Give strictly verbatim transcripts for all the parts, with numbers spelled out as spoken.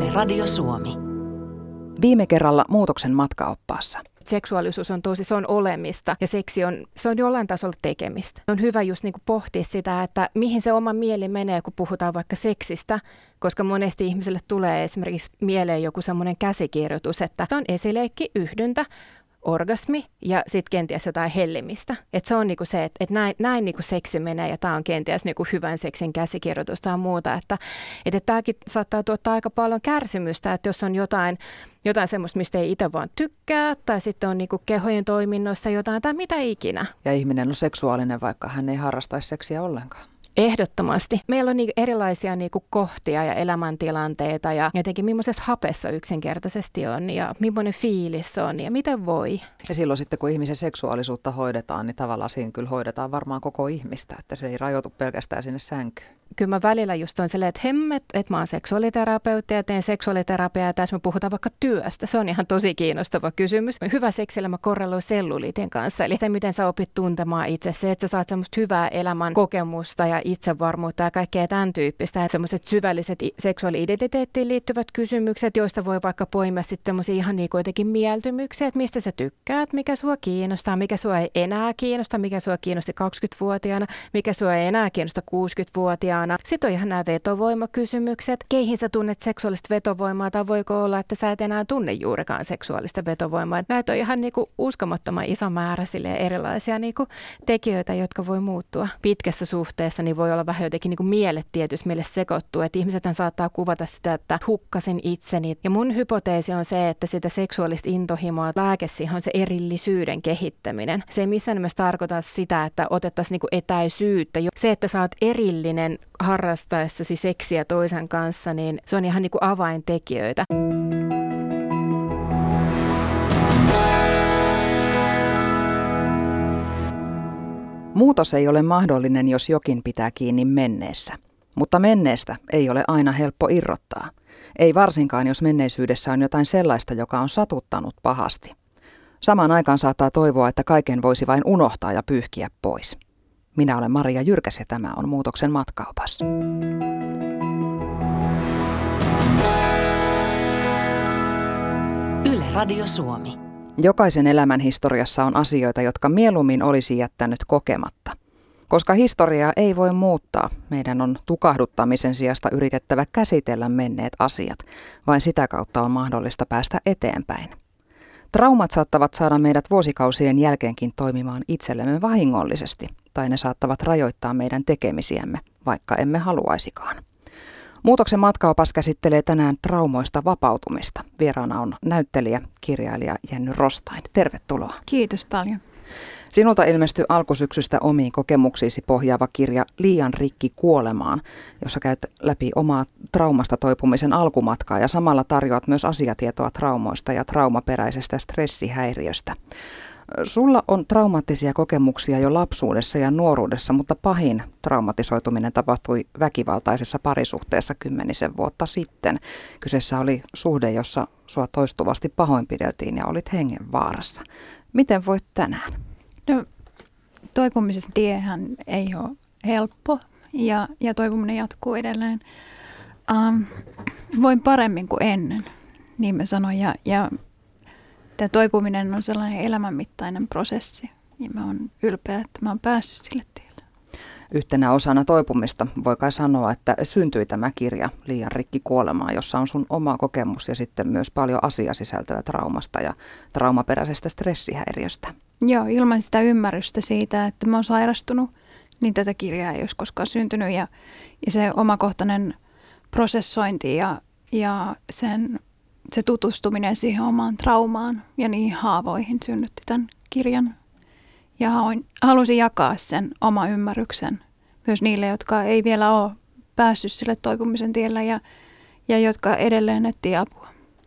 Yle Radio Suomi. Viime kerralla muutoksen matkaoppaassa. Seksuaalisuus on tosi, se on olemista ja seksi on, se on jollain tasolla tekemistä. On hyvä just niin kuin pohtia sitä, että mihin se oma mieli menee, kun puhutaan vaikka seksistä, koska monesti ihmiselle tulee esimerkiksi mieleen joku semmoinen käsikirjoitus, että on esileikki, yhdyntä, orgasmi ja sitten kenties jotain hellimistä. Että se on niinku se, että et näin, näin niinku seksi menee ja tämä on kenties niinku hyvän seksin käsikirjoitus tai muuta. Että et, et tämäkin saattaa tuottaa aika paljon kärsimystä, että jos on jotain, jotain semmoista, mistä ei itse vaan tykkää tai sitten on niinku kehojen toiminnoissa jotain tai mitä ikinä. Ja ihminen on seksuaalinen, vaikka hän ei harrastaisi seksiä ollenkaan. Ehdottomasti. Meillä on niinku erilaisia niinku kohtia ja elämäntilanteita ja jotenkin millaisessa hapessa yksinkertaisesti on ja millainen fiilis on ja miten voi. Ja silloin sitten kun ihmisen seksuaalisuutta hoidetaan, niin tavallaan siinä kyllä hoidetaan varmaan koko ihmistä, että se ei rajoitu pelkästään sinne sänkyyn. Kyllä mä välillä just on silleen, että hemmet, että mä oon seksuaaliterapeutti ja teen seksuaaliterapiaa ja tässä me puhutaan vaikka työstä. Se on ihan tosi kiinnostava kysymys. Hyvä seksillämä korreloi selluliitin kanssa, eli miten sä opit tuntemaan itse, se, että sä saat semmoista hyvää elämän kokemusta ja itsevarmuutta ja kaikkea tämän tyyppistä. Että semmoiset syvälliset seksuaali-identiteettiin liittyvät kysymykset, joista voi vaikka poimia sitten semmoisia ihan niin kuitenkin mieltymyksiä, että mistä sä tykkäät, mikä sua kiinnostaa, mikä sua ei enää kiinnosta, mikä sua kiinnosti kaksikymmentävuotiaana, mikä sua ei enää kiinnosta kuusikymmentävuotiaana. Sitten on ihan nämä vetovoimakysymykset. Keihin sä tunnet seksuaalista vetovoimaa tai voiko olla, että sä et enää tunne juurikaan seksuaalista vetovoimaa. Näitä on ihan niinku uskomattoman iso määrä erilaisia niinku tekijöitä, jotka voi muuttua. Pitkässä suhteessa niin voi olla vähän jotenkin niinku mielet tietysti meille sekoittuu. Että ihmiset saattaa kuvata sitä, että hukkasin itseni. Ja mun hypoteesi on se, että sitä seksuaalista intohimoa lääke siihen on se erillisyyden kehittäminen. Se ei missään nimessä tarkoita sitä, että otettaisiin niinku etäisyyttä. Se, että sä oot erillinen harrastaessasi seksiä toisen kanssa, niin se on ihan niin kuin avaintekijöitä. Muutos ei ole mahdollinen, jos jokin pitää kiinni menneessä. Mutta menneestä ei ole aina helppo irrottaa. Ei varsinkaan, jos menneisyydessä on jotain sellaista, joka on satuttanut pahasti. Samaan aikaan saattaa toivoa, että kaiken voisi vain unohtaa ja pyyhkiä pois. Minä olen Maria Jyrkäs ja tämä on Muutoksen matkaopas. Yle Radio Suomi. Jokaisen elämän historiassa on asioita, jotka mieluummin olisi jättänyt kokematta. Koska historiaa ei voi muuttaa, meidän on tukahduttamisen sijasta yritettävä käsitellä menneet asiat. Vain sitä kautta on mahdollista päästä eteenpäin. Traumat saattavat saada meidät vuosikausien jälkeenkin toimimaan itsellemme vahingollisesti, tai ne saattavat rajoittaa meidän tekemisiämme, vaikka emme haluaisikaan. Muutoksen matkaopas käsittelee tänään traumoista vapautumista. Vieraana on näyttelijä, kirjailija Jenny Rostain. Tervetuloa. Kiitos paljon. Sinulta ilmestyi alkusyksystä omiin kokemuksiisi pohjaava kirja Liian rikki kuolemaan, jossa käyt läpi omaa traumasta toipumisen alkumatkaa ja samalla tarjoat myös asiatietoa traumoista ja traumaperäisestä stressihäiriöstä. Sulla on traumaattisia kokemuksia jo lapsuudessa ja nuoruudessa, mutta pahin traumatisoituminen tapahtui väkivaltaisessa parisuhteessa kymmenisen vuotta sitten. Kyseessä oli suhde, jossa sua toistuvasti pahoinpideltiin ja olit hengenvaarassa. Miten voit tänään? No, toipumisen tiehän ei ole helppo ja, ja toipuminen jatkuu edelleen. Um, voin paremmin kuin ennen, niin mä sanon. Ja, ja tämä toipuminen on sellainen elämänmittainen prosessi ja mä oon ylpeä, että mä oon päässyt sille tielle. Yhtenä osana toipumista voi kai sanoa, että syntyi tämä kirja Liian rikki kuolemaan, jossa on sun oma kokemus ja sitten myös paljon asiasisältöä traumasta ja traumaperäisestä stressihäiriöstä. Joo, ilman sitä ymmärrystä siitä, että mä oon sairastunut, niin tätä kirjaa ei olisi koskaan syntynyt. Ja, ja se omakohtainen prosessointi ja, ja sen, se tutustuminen siihen omaan traumaan ja niihin haavoihin synnytti tämän kirjan. Ja halusin jakaa sen oma ymmärryksen myös niille, jotka ei vielä ole päässyt sille toipumisen tiellä ja, ja jotka edelleen etsii apua.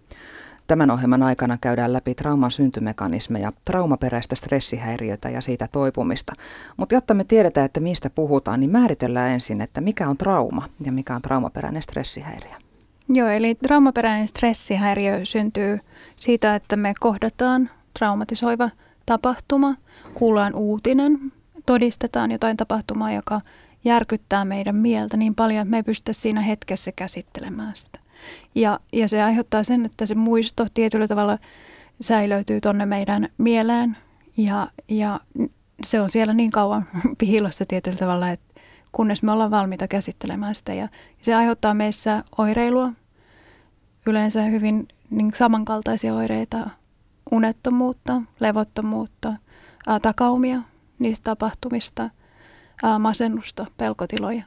Tämän ohjelman aikana käydään läpi trauman syntymekanismeja, traumaperäistä stressihäiriötä ja siitä toipumista. Mutta jotta me tiedetään, että mistä puhutaan, niin määritellään ensin, että mikä on trauma ja mikä on traumaperäinen stressihäiriö. Joo, eli traumaperäinen stressihäiriö syntyy siitä, että me kohdataan traumatisoiva tapahtuma, kuullaan uutinen, todistetaan jotain tapahtumaa, joka järkyttää meidän mieltä niin paljon, että me ei pystytä siinä hetkessä käsittelemään sitä. Ja, ja se aiheuttaa sen, että se muisto tietyllä tavalla säilöytyy tuonne meidän mieleen ja, ja se on siellä niin kauan piilossa tietyllä tavalla, että kunnes me ollaan valmiita käsittelemään sitä. Ja se aiheuttaa meissä oireilua, yleensä hyvin niin samankaltaisia oireita, unettomuutta, levottomuutta, ää, takaumia niistä tapahtumista, ää, masennusta, pelkotiloja.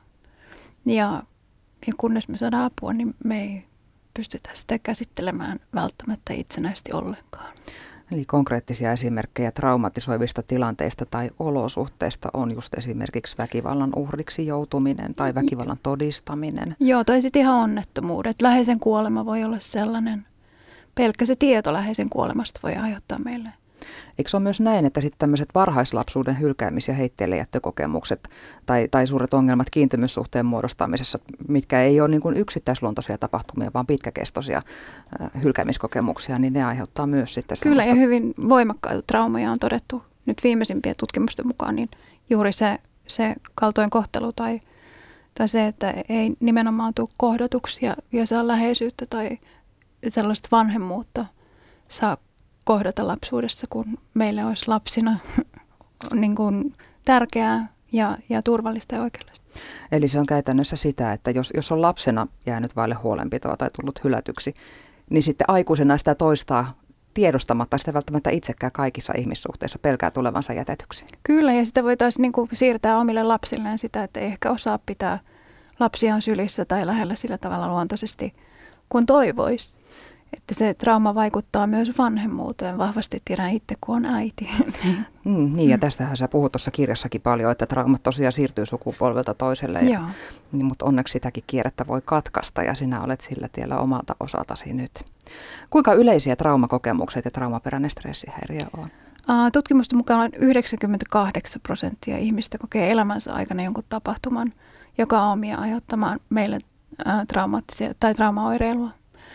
Ja, ja kunnes me saadaan apua, niin me ei pystytä sitä käsittelemään välttämättä itsenäisesti ollenkaan. Eli konkreettisia esimerkkejä traumatisoivista tilanteista tai olosuhteista on just esimerkiksi väkivallan uhriksi joutuminen tai väkivallan todistaminen. Joo, tai sitten ihan onnettomuudet. Läheisen kuolema voi olla sellainen. Pelkkä se tieto läheisen kuolemasta voi aiheuttaa meille. Eikö se ole myös näin, että sitten tämmöiset varhaislapsuuden hylkäämis- ja heitteillejättökokemukset tai, tai suuret ongelmat kiintymyssuhteen muodostamisessa, mitkä ei ole niin kuin yksittäisluontoisia tapahtumia, vaan pitkäkestoisia äh, hylkäämiskokemuksia, niin ne aiheuttaa myös sitten Kyllä, sellaista... ja hyvin voimakkaita traumoja on todettu nyt viimeisimpien tutkimusten mukaan, niin juuri se, se kaltoinkohtelu tai, tai se, että ei nimenomaan tule kohdatuksia ja saa läheisyyttä tai sellaista vanhemmuutta saa kohdata lapsuudessa, kun meille olisi lapsina niin kuin tärkeää ja, ja turvallista ja oikeanlaista. Eli se on käytännössä sitä, että jos, jos on lapsena jäänyt vaille huolenpitoa tai tullut hylätyksi, niin sitten aikuisena sitä toistaa tiedostamatta sitä välttämättä itsekään kaikissa ihmissuhteissa pelkää tulevansa jätetyksi. Kyllä, ja sitä voitaisiin niin kuin siirtää omille lapsilleen sitä, että ei ehkä osaa pitää lapsiaan sylissä tai lähellä sillä tavalla luontoisesti kuin toivoisi. Että se trauma vaikuttaa myös vanhemmuuteen. Vahvasti tiedän itse, kun on äiti. Mm, niin, ja tästähän sä puhut tuossa kirjassakin paljon, että traumat tosiaan siirtyy sukupolvelta toiselle. Ja, niin, mutta onneksi sitäkin kierrettä voi katkaista, ja sinä olet sillä tiellä omalta osaltasi nyt. Kuinka yleisiä traumakokemukset ja traumaperäinen stressihäiriö on? Tutkimusten mukaan yhdeksänkymmentäkahdeksan prosenttia ihmistä kokee elämänsä aikana jonkun tapahtuman, joka on omia aiheuttamaan meille traumaattisia tai traumaoireilua.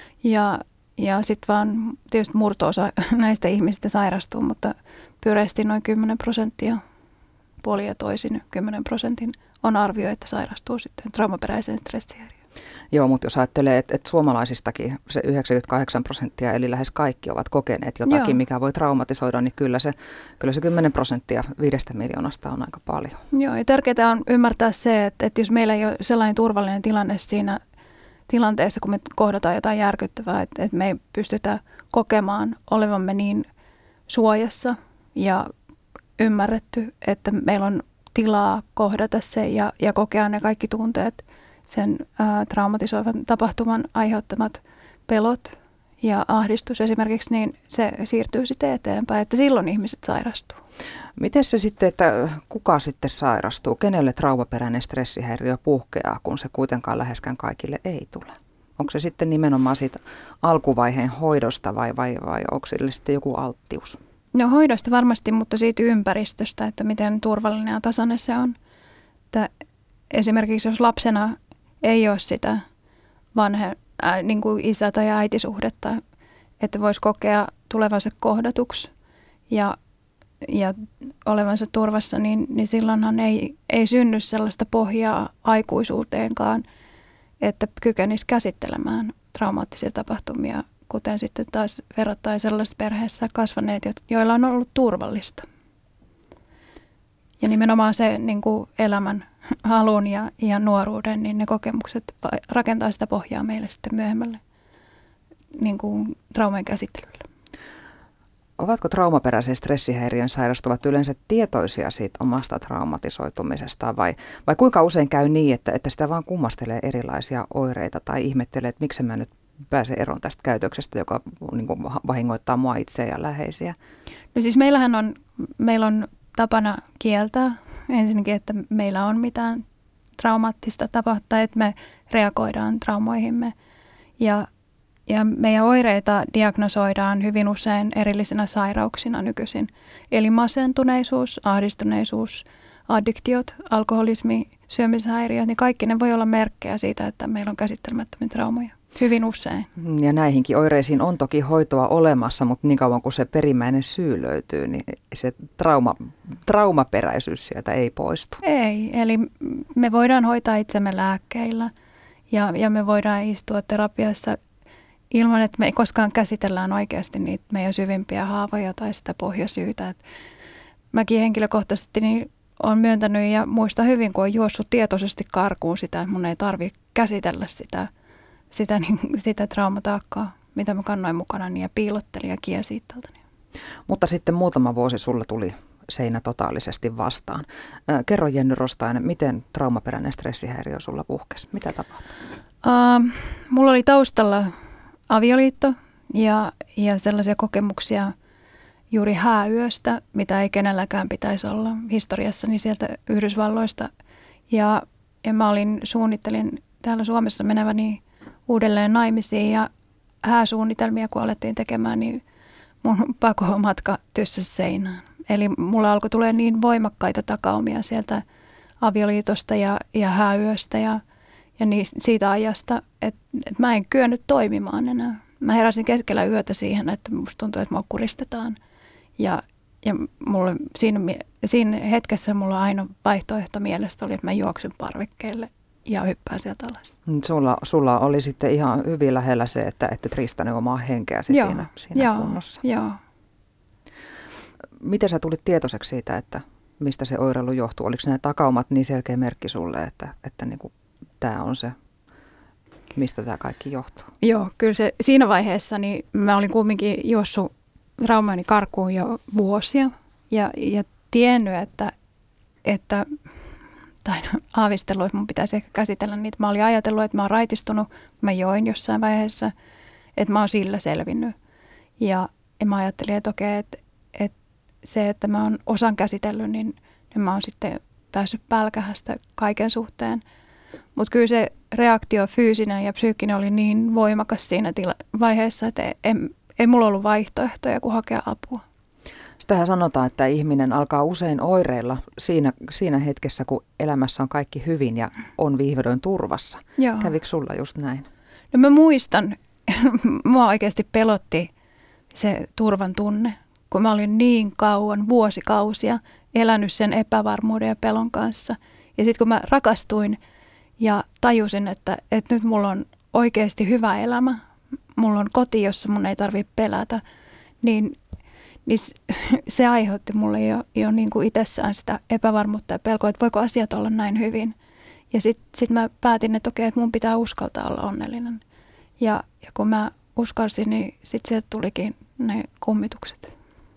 Ja Ja sitten vaan tietysti murto-osa näistä ihmisistä sairastuu, mutta pyöreästi noin kymmenen prosenttia, puoli ja toisin kymmenen prosentin on arvio, että sairastuu sitten traumaperäiseen stressihäiriöön. Joo, mutta jos ajattelee, että, että suomalaisistakin se yhdeksänkymmentäkahdeksan prosenttia, eli lähes kaikki ovat kokeneet jotakin, Joo. mikä voi traumatisoida, niin kyllä se, kyllä se kymmenen prosenttia viidestä miljoonasta on aika paljon. Joo, ja tärkeää on ymmärtää se, että, että jos meillä ei ole sellainen turvallinen tilanne siinä tilanteessa, kun me kohdataan jotain järkyttävää, että, että me ei pystytä kokemaan olevamme niin suojassa ja ymmärretty, että meillä on tilaa kohdata se ja, ja kokea ne kaikki tunteet, sen ää, traumatisoivan tapahtuman aiheuttamat pelot ja ahdistus esimerkiksi, niin se siirtyy sitten eteenpäin, että silloin ihmiset sairastuu. Miten se sitten, että kuka sitten sairastuu? Kenelle traumaperäinen stressihäiriö puhkeaa, kun se kuitenkaan läheskään kaikille ei tule? Onko se sitten nimenomaan siitä alkuvaiheen hoidosta vai, vai, vai onko sille sitten joku alttius? No hoidosta varmasti, mutta siitä ympäristöstä, että miten turvallinen ja tasainen se on. Että esimerkiksi jos lapsena ei ole sitä vanhe, äh, niin kuin isä- tai äitisuhdetta, että voisi kokea tulevansa kohdatuksi ja ja olevansa turvassa, niin, niin silloinhan ei, ei synny sellaista pohjaa aikuisuuteenkaan, että kykenisi käsittelemään traumaattisia tapahtumia, kuten sitten taas verrattain sellaisessa perheessä kasvaneet, joilla on ollut turvallista. Ja nimenomaan se niin kuin elämän halun ja, ja nuoruuden, niin ne kokemukset rakentaa sitä pohjaa meille sitten myöhemmälle niin kuin trauman käsittelylle. Ovatko traumaperäisen stressihäiriön sairastuvat yleensä tietoisia siitä omasta traumatisoitumisesta vai, vai kuinka usein käy niin, että, että sitä vaan kummastelee erilaisia oireita tai ihmettelee, että miksi mä nyt pääsen eroon tästä käytöksestä, joka niin kuin vahingoittaa mua itseä ja läheisiä? No siis meillähän on, meillä on tapana kieltää ensinnäkin, että meillä on mitään traumaattista tapahtua, että me reagoidaan traumoihimme ja Ja meidän oireita diagnosoidaan hyvin usein erillisinä sairauksina nykyisin. Eli masentuneisuus, ahdistuneisuus, addiktiot, alkoholismi, syömishäiriöt, niin kaikki ne voi olla merkkejä siitä, että meillä on käsittelemättömiä traumoja. Hyvin usein. Ja näihinkin oireisiin on toki hoitoa olemassa, mutta niin kauan kuin se perimmäinen syy löytyy, niin se trauma, traumaperäisyys sieltä ei poistu. Ei, eli me voidaan hoitaa itsemme lääkkeillä Ja, ja me voidaan istua terapiassa ilman, että me ei koskaan käsitellään oikeasti niitä meidän syvimpiä haavoja tai sitä pohjasyytä. Et mäkin henkilökohtaisesti niin olen myöntänyt ja muistan hyvin, kun olen juossut tietoisesti karkuun sitä, että mun ei tarvitse käsitellä sitä, sitä, niin, sitä traumataakkaa, mitä mä kannoin mukana ja piilottelin ja kielsin itseltäni. Mutta sitten muutama vuosi sulla tuli seinä totaalisesti vastaan. Kerro Jenny Rostainen, miten traumaperäinen stressihäiriö sulla puhkesi? Mitä tapahtui? Uh, mulla oli taustalla avioliitto ja, ja sellaisia kokemuksia juuri hääyöstä, mitä ei kenelläkään pitäisi olla historiassani sieltä Yhdysvalloista. Ja, ja mä olin, suunnittelin täällä Suomessa meneväni uudelleen naimisiin ja hääsuunnitelmia, kun alettiin tekemään, niin mun pakomatka tyssäsi seinään. Eli mulla alkoi tulee niin voimakkaita takaumia sieltä avioliitosta ja, ja hääyöstä ja, ja niin, siitä ajasta, että, että mä en kyennyt toimimaan enää. Mä heräsin keskellä yötä siihen, että musta tuntuu, että mua kuristetaan. Ja, ja mulle, siinä, siinä hetkessä mulla ainoa vaihtoehto mielestä oli, että mä juoksen parvekkeelle ja hyppään sieltä alas. Sulla, sulla oli sitten ihan hyvin lähellä se, että et riistänyt omaa henkeäsi joo, siinä, siinä joo, kunnossa. Joo. Miten sä tulit tietoiseksi siitä, että mistä se oireilu johtuu? Oliko nämä takaumat niin selkeä merkki sulle, että, että niinku, tämä on se, mistä tämä kaikki johtuu? Joo, kyllä se siinä vaiheessa niin mä olin kumminkin juossut traumani karkuun jo vuosia ja, ja tiennyt, että, että tai aavistellut, että mun pitäisi ehkä käsitellä niitä. Mä olin ajatellut, että mä oon raitistunut, mä join jossain vaiheessa, että mä oon sillä selvinnyt. Ja, ja mä ajattelin, että okei, että, että se, että mä oon osan käsitellyt, niin, niin mä oon sitten päässyt pälkähästä kaiken suhteen. Mutta kyllä se reaktio fyysinen ja psyykkinen oli niin voimakas siinä tila- vaiheessa, että ei, ei mulla ollut vaihtoehtoja kuin hakea apua. Sitähän sanotaan, että ihminen alkaa usein oireilla siinä, siinä hetkessä, kun elämässä on kaikki hyvin ja on vihdoin turvassa. Joo. Kävikö sulla just näin? No mä muistan, mua oikeasti pelotti se turvan tunne, kun mä olin niin kauan, vuosikausia, elänyt sen epävarmuuden ja pelon kanssa. Ja sitten kun mä rakastuin ja tajusin, että, että nyt mulla on oikeasti hyvä elämä, mulla on koti, jossa mun ei tarvitse pelätä, niin, niin se aiheutti mulle jo, jo niin kuin itsessään sitä epävarmuutta ja pelkoa, että voiko asiat olla näin hyvin. Ja sitten sit mä päätin, että okei, että mun pitää uskaltaa olla onnellinen. Ja, ja kun mä uskalsin, niin sitten sieltä tulikin ne kummitukset.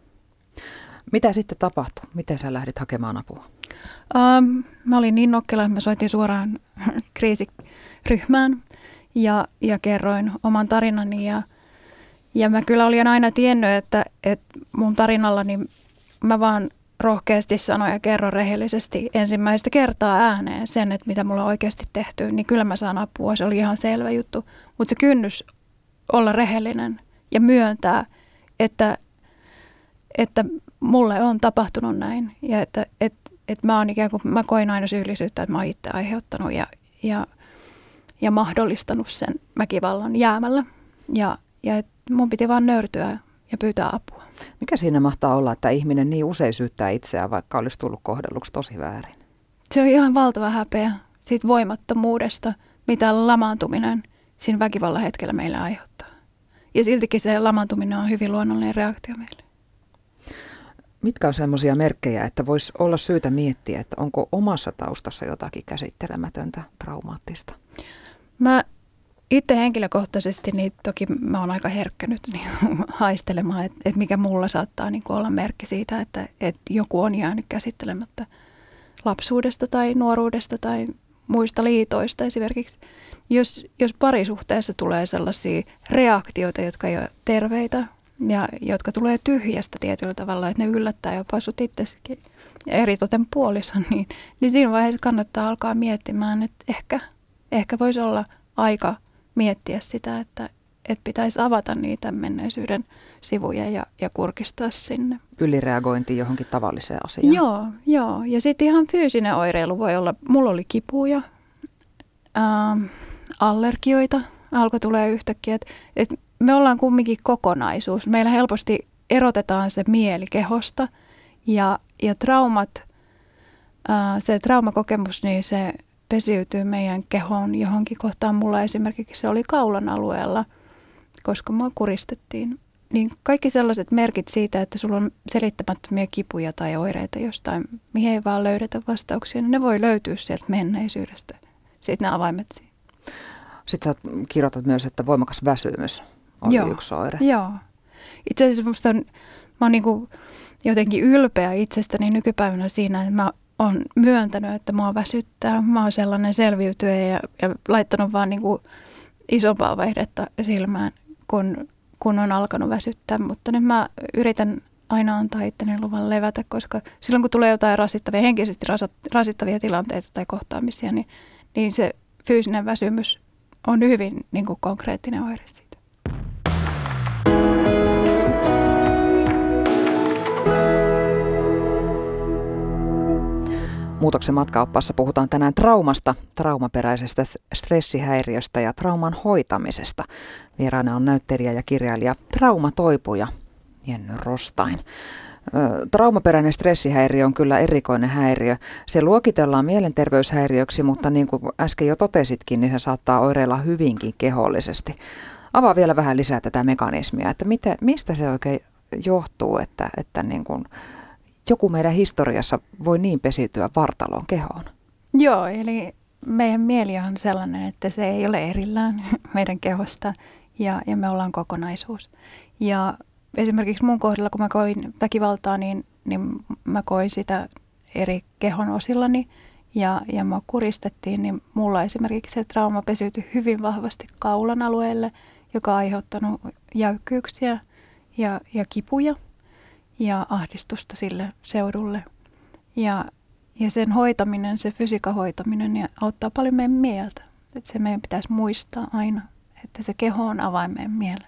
Mitä sitten tapahtui? Miten sä lähdit hakemaan apua? Um, mä olin niin nokkela, että mä soitin suoraan kriisiryhmään ja, ja kerroin oman tarinani. Ja, ja mä kyllä olin aina tiennyt, että, että mun tarinallani mä vaan rohkeasti sanoin ja kerron rehellisesti ensimmäistä kertaa ääneen sen, että mitä mulla on oikeasti tehty, niin kyllä mä saan apua. Se oli ihan selvä juttu. Mutta se kynnys olla rehellinen ja myöntää, että, että mulle on tapahtunut näin ja että, että, että mä, oon ikään kuin, mä koin aina syyllisyyttä, että mä oon itse aiheuttanut ja, ja, ja mahdollistanut sen väkivallan jäämällä ja, ja että mun piti vaan nöyrtyä ja pyytää apua. Mikä siinä mahtaa olla, että ihminen niin usein syyttää itseään, vaikka olisi tullut kohdelluksi tosi väärin? Se on ihan valtava häpeä siitä voimattomuudesta, mitä lamaantuminen siinä väkivallan hetkellä meille aiheuttaa. Ja siltikin se lamaantuminen on hyvin luonnollinen reaktio meille. Mitkä on semmoisia merkkejä, että voisi olla syytä miettiä, että onko omassa taustassa jotakin käsittelemätöntä, traumaattista? Mä itse henkilökohtaisesti, niin toki mä oon aika herkkä nyt niin, haistelemaan, että, että mikä mulla saattaa niin kuin olla merkki siitä, että, että joku on jäänyt käsittelemättä lapsuudesta tai nuoruudesta tai muista liitoista esimerkiksi. Jos, jos parisuhteessa tulee sellaisia reaktioita, jotka ei ole terveitä ja jotka tulee tyhjästä tietyllä tavalla, että ne yllättää jopa sut itsesikin ja eritoten puolison, niin, niin siinä vaiheessa kannattaa alkaa miettimään, että ehkä, ehkä voisi olla aika miettiä sitä, että, että pitäisi avata niitä menneisyyden sivuja ja, ja kurkistaa sinne. Ylireagointi johonkin tavalliseen asiaan. Joo, joo. Ja sitten ihan fyysinen oireilu voi olla, mulla oli kipuja, ähm, allergioita alkoi tulee yhtäkkiä. Et, et me ollaan kumminkin kokonaisuus. Meillä helposti erotetaan se mieli kehosta ja, ja traumat, äh, se traumakokemus, niin se pesiytyy meidän kehoon johonkin kohtaan. Mulla esimerkiksi se oli kaulan alueella, koska mua kuristettiin. Niin kaikki sellaiset merkit siitä, että sulla on selittämättömiä kipuja tai oireita jostain, mihin ei vaan löydetä vastauksia, niin ne voi löytyä sieltä menneisyydestä. Sitten ne avaimet siinä. Sitten sä kirjoitat myös, että voimakas väsymys oli Joo. yksi oire. Joo. Itse asiassa musta on, mä oon niin kuin jotenkin ylpeä itsestäni nykypäivänä siinä, että mä oon myöntänyt, että mua väsyttää. Mä oon sellainen selviytyjä ja, ja laittanut vaan niin kuin isompaa vaihdetta silmään, kun, kun on alkanut väsyttää. Mutta nyt mä yritän aina antaa itteni luvan levätä, koska silloin kun tulee jotain rasittavia, henkisesti rasittavia tilanteita tai kohtaamisia, niin, niin se fyysinen väsymys on hyvin niin kuin konkreettinen oire siitä. Muutoksen matkaoppaassa puhutaan tänään traumasta, traumaperäisestä stressihäiriöstä ja trauman hoitamisesta. Vieraana on näyttelijä ja kirjailija traumatoipuja Jenny Rostain. Traumaperäinen stressihäiriö on kyllä erikoinen häiriö. Se luokitellaan mielenterveyshäiriöksi, mutta niin kuin äsken jo totesitkin, niin se saattaa oireilla hyvinkin kehollisesti. Avaa vielä vähän lisää tätä mekanismia, että miten, mistä se oikein johtuu, että, että niin kuin joku meidän historiassa voi niin pesiytyä vartaloon kehoon. Joo, eli meidän mieli on sellainen, että se ei ole erillään meidän kehosta ja, ja me ollaan kokonaisuus. Ja esimerkiksi mun kohdalla, kun mä koin väkivaltaa, niin, niin mä koin sitä eri kehon osillani ja, ja mua kuristettiin, niin mulla esimerkiksi se trauma pesiytyi hyvin vahvasti kaulan alueelle, joka on aiheuttanut jäykkyyksiä ja, ja kipuja ja ahdistusta sille seudulle. Ja, ja sen hoitaminen, se fysiikan hoitaminen, niin auttaa paljon meidän mieltä. Että se meidän pitäisi muistaa aina, että se keho on avain meidän mieleen.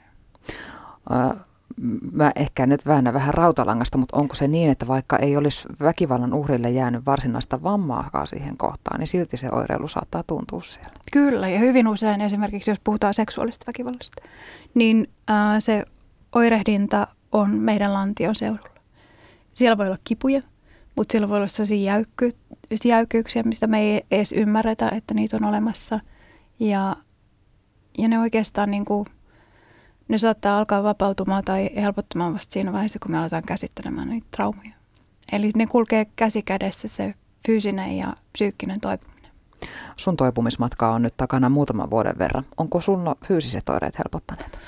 Äh, mä ehkä nyt väännän vähän rautalangasta, mutta onko se niin, että vaikka ei olisi väkivallan uhrille jäänyt varsinaista vammaakaan siihen kohtaan, niin silti se oireilu saattaa tuntua siellä? Kyllä, ja hyvin usein esimerkiksi, jos puhutaan seksuaalista väkivallasta, niin äh, se oirehdinta on meidän lantion seudulla. Siellä voi olla kipuja, mutta siellä voi olla sellaisia jäykky- jäykkyyksiä, mistä me ei edes ymmärretä, että niitä on olemassa. Ja, ja ne oikeastaan niin kuin, ne saattaa alkaa vapautumaan tai helpottumaan vasta siinä vaiheessa, kun me aletaan käsittelemään niitä traumoja. Eli ne kulkee käsi kädessä se fyysinen ja psyykkinen toipuminen. Sun toipumismatka on nyt takana muutaman vuoden verran. Onko sun fyysiset oireet helpottaneet?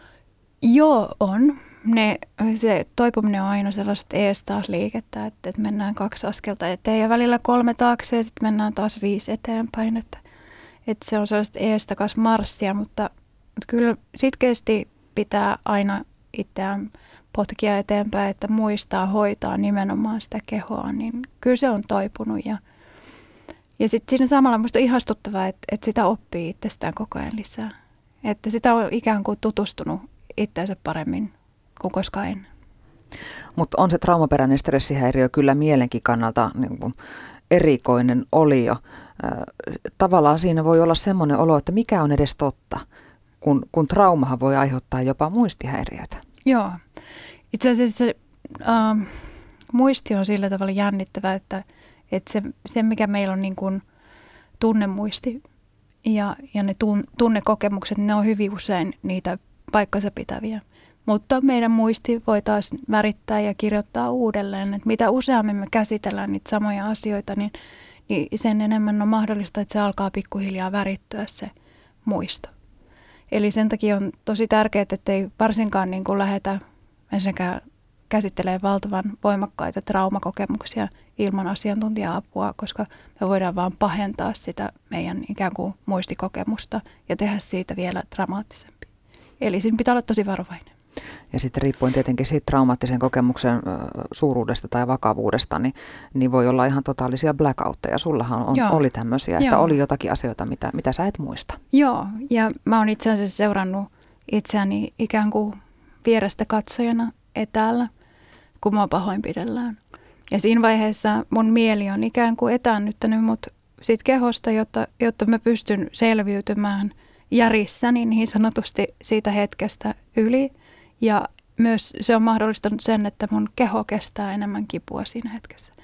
Joo, on. Ne, se toipuminen on aina sellaista ees taas liikettä, että, että mennään kaksi askelta eteen ja välillä kolme taakse ja sitten mennään taas viisi eteenpäin. Että, että se on sellaista ees takas marssia, mutta, mutta kyllä sitkeästi pitää aina itseään potkia eteenpäin, että muistaa hoitaa nimenomaan sitä kehoa, niin kyllä se on toipunut. Ja, ja sitten siinä samalla minusta on ihastuttavaa, että, että sitä oppii itsestään koko ajan lisää. Että sitä on ikään kuin tutustunut itseänsä paremmin kuin koskaan ennen. Mutta on se traumaperäinen stressihäiriö kyllä mielenkin kannalta niin kuin erikoinen olio. Tavallaan siinä voi olla semmoinen olo, että mikä on edes totta, kun, kun traumahan voi aiheuttaa jopa muistihäiriöitä. Joo. Itse asiassa se äh, muisti on sillä tavalla jännittävä, että, että se, se mikä meillä on niin kuin tunnemuisti ja, ja ne tun, tunnekokemukset, ne on hyvin usein niitä paikkansa pitäviä. Mutta meidän muisti voi taas värittää ja kirjoittaa uudelleen, että mitä useammin me käsitellään niitä samoja asioita, niin, niin sen enemmän on mahdollista, että se alkaa pikkuhiljaa värittyä se muisto. Eli sen takia on tosi tärkeää, että ei varsinkaan niin kuin lähdetä ensinnäkään käsittelemään valtavan voimakkaita traumakokemuksia ilman asiantuntija-apua, koska me voidaan vaan pahentaa sitä meidän ikään kuin muistikokemusta ja tehdä siitä vielä dramaattisempi. Eli siinä pitää olla tosi varovainen. Ja sitten riippuen tietenkin siitä traumaattisen kokemuksen suuruudesta tai vakavuudesta, niin, niin voi olla ihan totaalisia blackoutteja. Sullahan on, oli tämmöisiä, että Joo. oli jotakin asioita, mitä, mitä sä et muista. Joo, ja mä oon itse asiassa seurannut itseäni ikään kuin vierestä katsojana etäällä, kun mua pahoinpidellään. Ja siinä vaiheessa mun mieli on ikään kuin etäännyttänyt mut siitä kehosta, jotta, jotta mä pystyn selviytymään järissäni niin sanotusti siitä hetkestä yli. Ja myös se on mahdollistanut sen, että mun keho kestää enemmän kipua siinä hetkessä.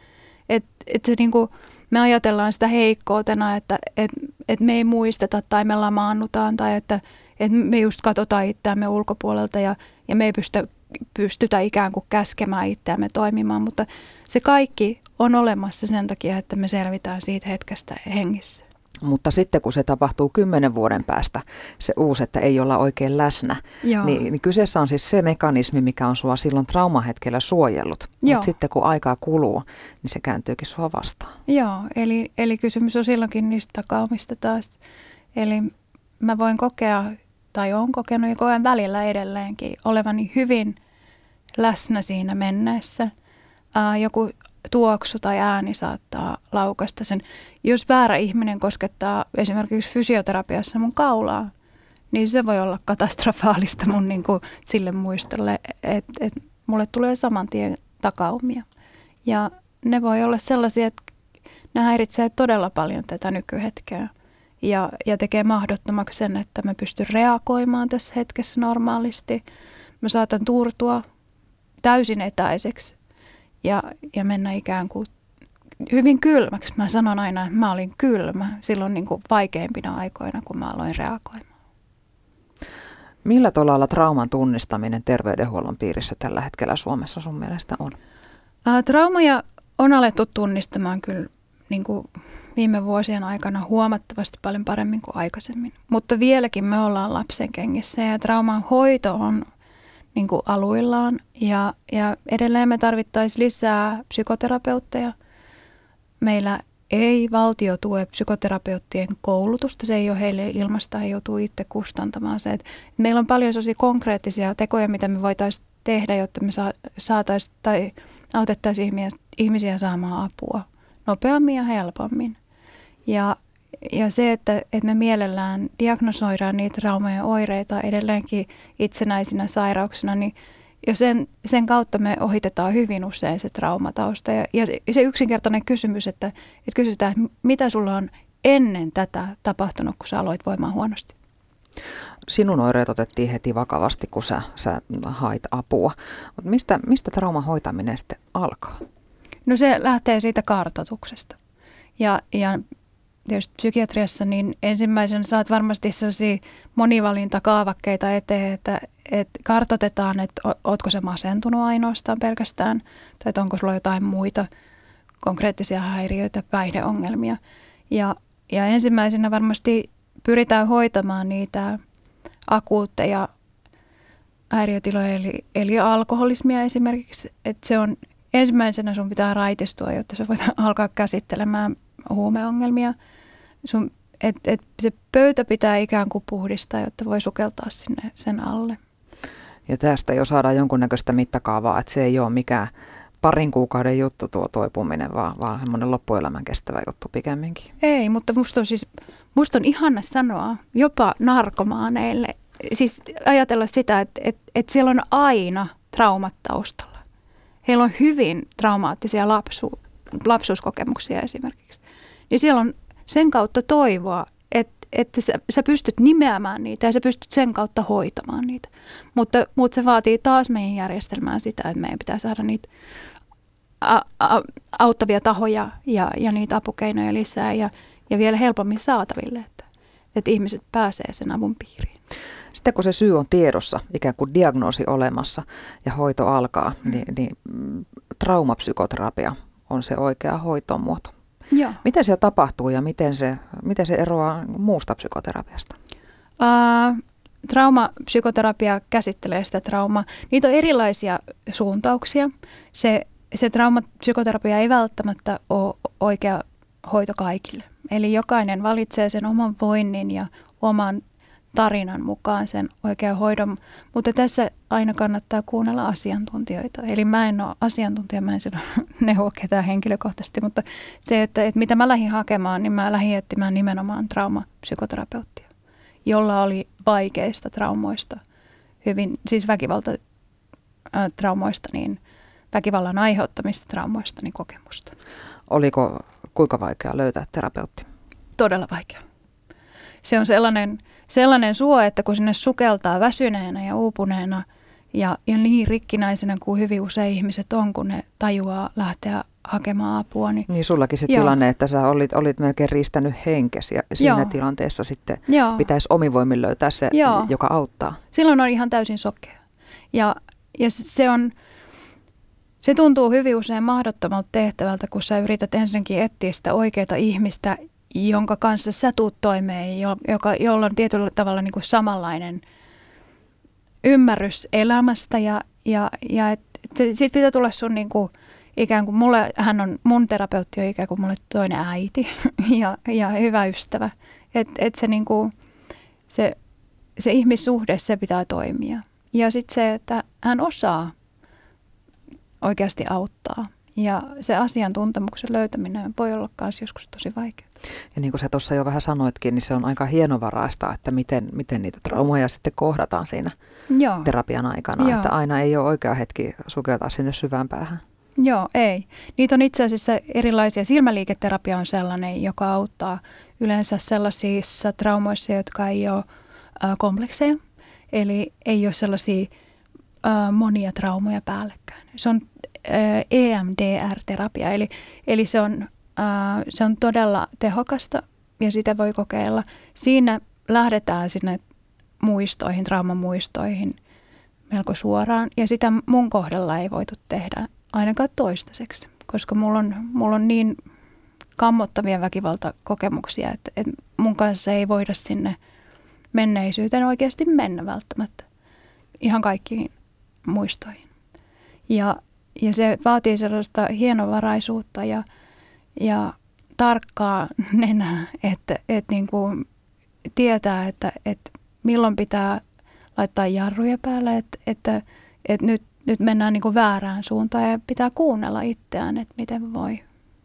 Että et se niinku, me ajatellaan sitä heikkoutena, että et, et me ei muisteta tai me lamaannutaan tai että et me just katsotaan itseämme ulkopuolelta ja, ja me ei pystytä, pystytä ikään kuin käskemään itseämme toimimaan, mutta se kaikki on olemassa sen takia, että me selvitään siitä hetkestä hengissä. Mutta sitten kun se tapahtuu kymmenen vuoden päästä, se uusi, että ei olla oikein läsnä, niin, niin kyseessä on siis se mekanismi, mikä on sua silloin traumahetkellä suojellut. Mutta sitten kun aikaa kuluu, niin se kääntyykin sua vastaan. Joo, eli, eli kysymys on silloinkin niistä takaumista taas. Eli mä voin kokea, tai olen kokenut ja koen välillä edelleenkin, olevani hyvin läsnä siinä menneessä. Ää, joku tuoksu tai ääni saattaa laukaista sen. Jos väärä ihminen koskettaa esimerkiksi fysioterapiassa mun kaulaa, niin se voi olla katastrofaalista mun niin kuin sille muistolle, että et mulle tulee saman tien takaumia. Ja ne voi olla sellaisia, että ne häiritsee todella paljon tätä nykyhetkeä ja, ja tekee mahdottomaksi sen, että mä pystyn reagoimaan tässä hetkessä normaalisti. Mä saatan turtua täysin etäiseksi. Ja, ja mennä ikään kuin hyvin kylmäksi. Mä sanon aina, että mä olin kylmä silloin niin kuin vaikeimpina aikoina, kun mä aloin reagoimaan. Millä tolalla trauman tunnistaminen terveydenhuollon piirissä tällä hetkellä Suomessa sun mielestä on? Ää, traumaja on alettu tunnistamaan kyllä niin kuin viime vuosien aikana huomattavasti paljon paremmin kuin aikaisemmin. Mutta vieläkin me ollaan lapsen kengissä ja trauman hoito on niin kuin aluillaan ja, ja edelleen me tarvittaisiin lisää psykoterapeutteja. Meillä ei valtio tue psykoterapeuttien koulutusta, se ei ole heille ilmasta, he joutuu itse kustantamaan se. Että meillä on paljon sellaisia konkreettisia tekoja, mitä me voitaisiin tehdä, jotta me saataisiin tai autettaisiin ihmisiä saamaan apua nopeammin ja helpommin. Ja, ja se, että, että me mielellään diagnosoidaan niitä traumojen oireita edelleenkin itsenäisinä sairauksina, niin jo sen, sen kautta me ohitetaan hyvin usein se traumatausta. Ja, ja se yksinkertainen kysymys, että, että kysytään, että mitä sulla on ennen tätä tapahtunut, kun sä aloit voimaan huonosti? Sinun oireet otettiin heti vakavasti, kun sä, sä hait apua. Mutta mistä, mistä trauman hoitaminen sitten alkaa? No se lähtee siitä kartoituksesta. Ja, ja tietysti psykiatriassa niin ensimmäisenä saat varmasti sellaisia monivalintakaavakkeita eteen, että, että kartoitetaan, että ootko se masentunut ainoastaan pelkästään, tai että onko sulla jotain muita konkreettisia häiriöitä, päihdeongelmia. Ja, ja ensimmäisenä varmasti pyritään hoitamaan niitä akuutteja häiriötiloja, eli, eli alkoholismia esimerkiksi, että se on ensimmäisenä sun pitää raitistua, jotta sä voit alkaa käsittelemään huumeongelmia. Sun, et, et se pöytä pitää ikään kuin puhdistaa, jotta voi sukeltaa sinne sen alle. Ja tästä jo saadaan jonkunnäköistä mittakaavaa, että se ei ole mikään parin kuukauden juttu tuo toipuminen, vaan, vaan semmoinen loppuelämän kestävä juttu pikemminkin. Ei, mutta musta on, siis, musta on ihana sanoa jopa narkomaaneille, siis ajatella sitä, että, että, että siellä on aina traumat taustalla. Heillä on hyvin traumaattisia lapsu, lapsuuskokemuksia esimerkiksi. Niin siellä on sen kautta toivoa, että, että sä, sä pystyt nimeämään niitä ja sä pystyt sen kautta hoitamaan niitä. Mutta, mutta se vaatii taas meidän järjestelmään sitä, että meidän pitää saada niitä a, a, auttavia tahoja ja, ja niitä apukeinoja lisää ja, ja vielä helpommin saataville, että, että ihmiset pääsee sen avun piiriin. Sitten kun se syy on tiedossa, ikään kuin diagnoosi olemassa ja hoito alkaa, mm. niin, niin traumapsykoterapia on se oikea hoitomuoto. Joo. Miten se tapahtuu ja miten se, miten se eroaa muusta psykoterapiasta? Uh, traumapsykoterapia käsittelee sitä traumaa. Niitä on erilaisia suuntauksia. Se, se traumapsykoterapia ei välttämättä ole oikea hoito kaikille. Eli jokainen valitsee sen oman voinnin ja oman tarinan mukaan sen oikean hoidon, mutta tässä aina kannattaa kuunnella asiantuntijoita. Eli mä en ole asiantuntija, mä en silloin neuvo ketään henkilökohtaisesti, mutta se, että, että mitä mä lähdin hakemaan, niin mä lähdin etsimään nimenomaan traumapsykoterapeuttia, jolla oli vaikeista traumoista, hyvin, siis väkivaltatraumoista, niin väkivallan aiheuttamista traumoista, niin kokemusta. Oliko kuinka vaikea löytää terapeutti? Todella vaikea. Se on sellainen, sellainen suo, että kun sinne sukeltaa väsyneenä ja uupuneena Ja, ja niin rikkinäisenä kuin hyvin usein ihmiset on, kun ne tajuaa lähteä hakemaan apua. Niin, niin sullakin se joo. tilanne, että sä olit, olit melkein riistänyt henkesi ja siinä joo. tilanteessa sitten joo. pitäisi omivoimin löytää se, joo. joka auttaa. Silloin on ihan täysin sokea. Ja, ja se, on, se tuntuu hyvin usein mahdottomalta tehtävältä, kun sä yrität ensinnäkin etsiä sitä oikeaa ihmistä, jonka kanssa sä tuut toimeen, joka, jolla on tietyllä tavalla niin kuin samanlainen ymmärrys elämästä. Ja, ja, ja et, et siitä pitää tulla sun niin kuin, ikään kuin mulle, hän on, mun terapeutti on ikään kuin mulle toinen äiti ja, ja hyvä ystävä. Että et se, niin kuin, se, se ihmissuhde, se pitää toimia. Ja sitten se, että hän osaa oikeasti auttaa. Ja se asiantuntemuksen löytäminen voi olla myös joskus tosi vaikeaa. Ja niin kuin sä tuossa jo vähän sanoitkin, niin se on aika hienovaraista, että miten, miten niitä traumoja sitten kohdataan siinä Joo. terapian aikana. Joo. Että aina ei ole oikea hetki sukeltaa sinne syvään päähän. Joo, ei. Niitä on itse asiassa erilaisia. Silmäliiketerapia on sellainen, joka auttaa yleensä sellaisissa traumoissa, jotka ei ole äh, komplekseja. Eli ei ole sellaisia äh, monia traumoja päällekkäin. Se on äh, E M D R-terapia, eli, eli se, on, äh, se on todella tehokasta ja sitä voi kokeilla. Siinä lähdetään sinne muistoihin, traumamuistoihin melko suoraan ja sitä mun kohdalla ei voitu tehdä ainakaan toistaiseksi, koska mulla on, mulla on niin kammottavia väkivaltakokemuksia, että, että mun kanssa ei voida sinne menneisyyteen oikeasti mennä välttämättä ihan kaikkiin muistoihin. Ja, ja se vaatii sellaista hienovaraisuutta ja, ja tarkkaa nenää, että, että niin kuin tietää, että, että milloin pitää laittaa jarruja päälle, että, että, että nyt, nyt mennään niin kuin väärään suuntaan ja pitää kuunnella itseään, että miten voi.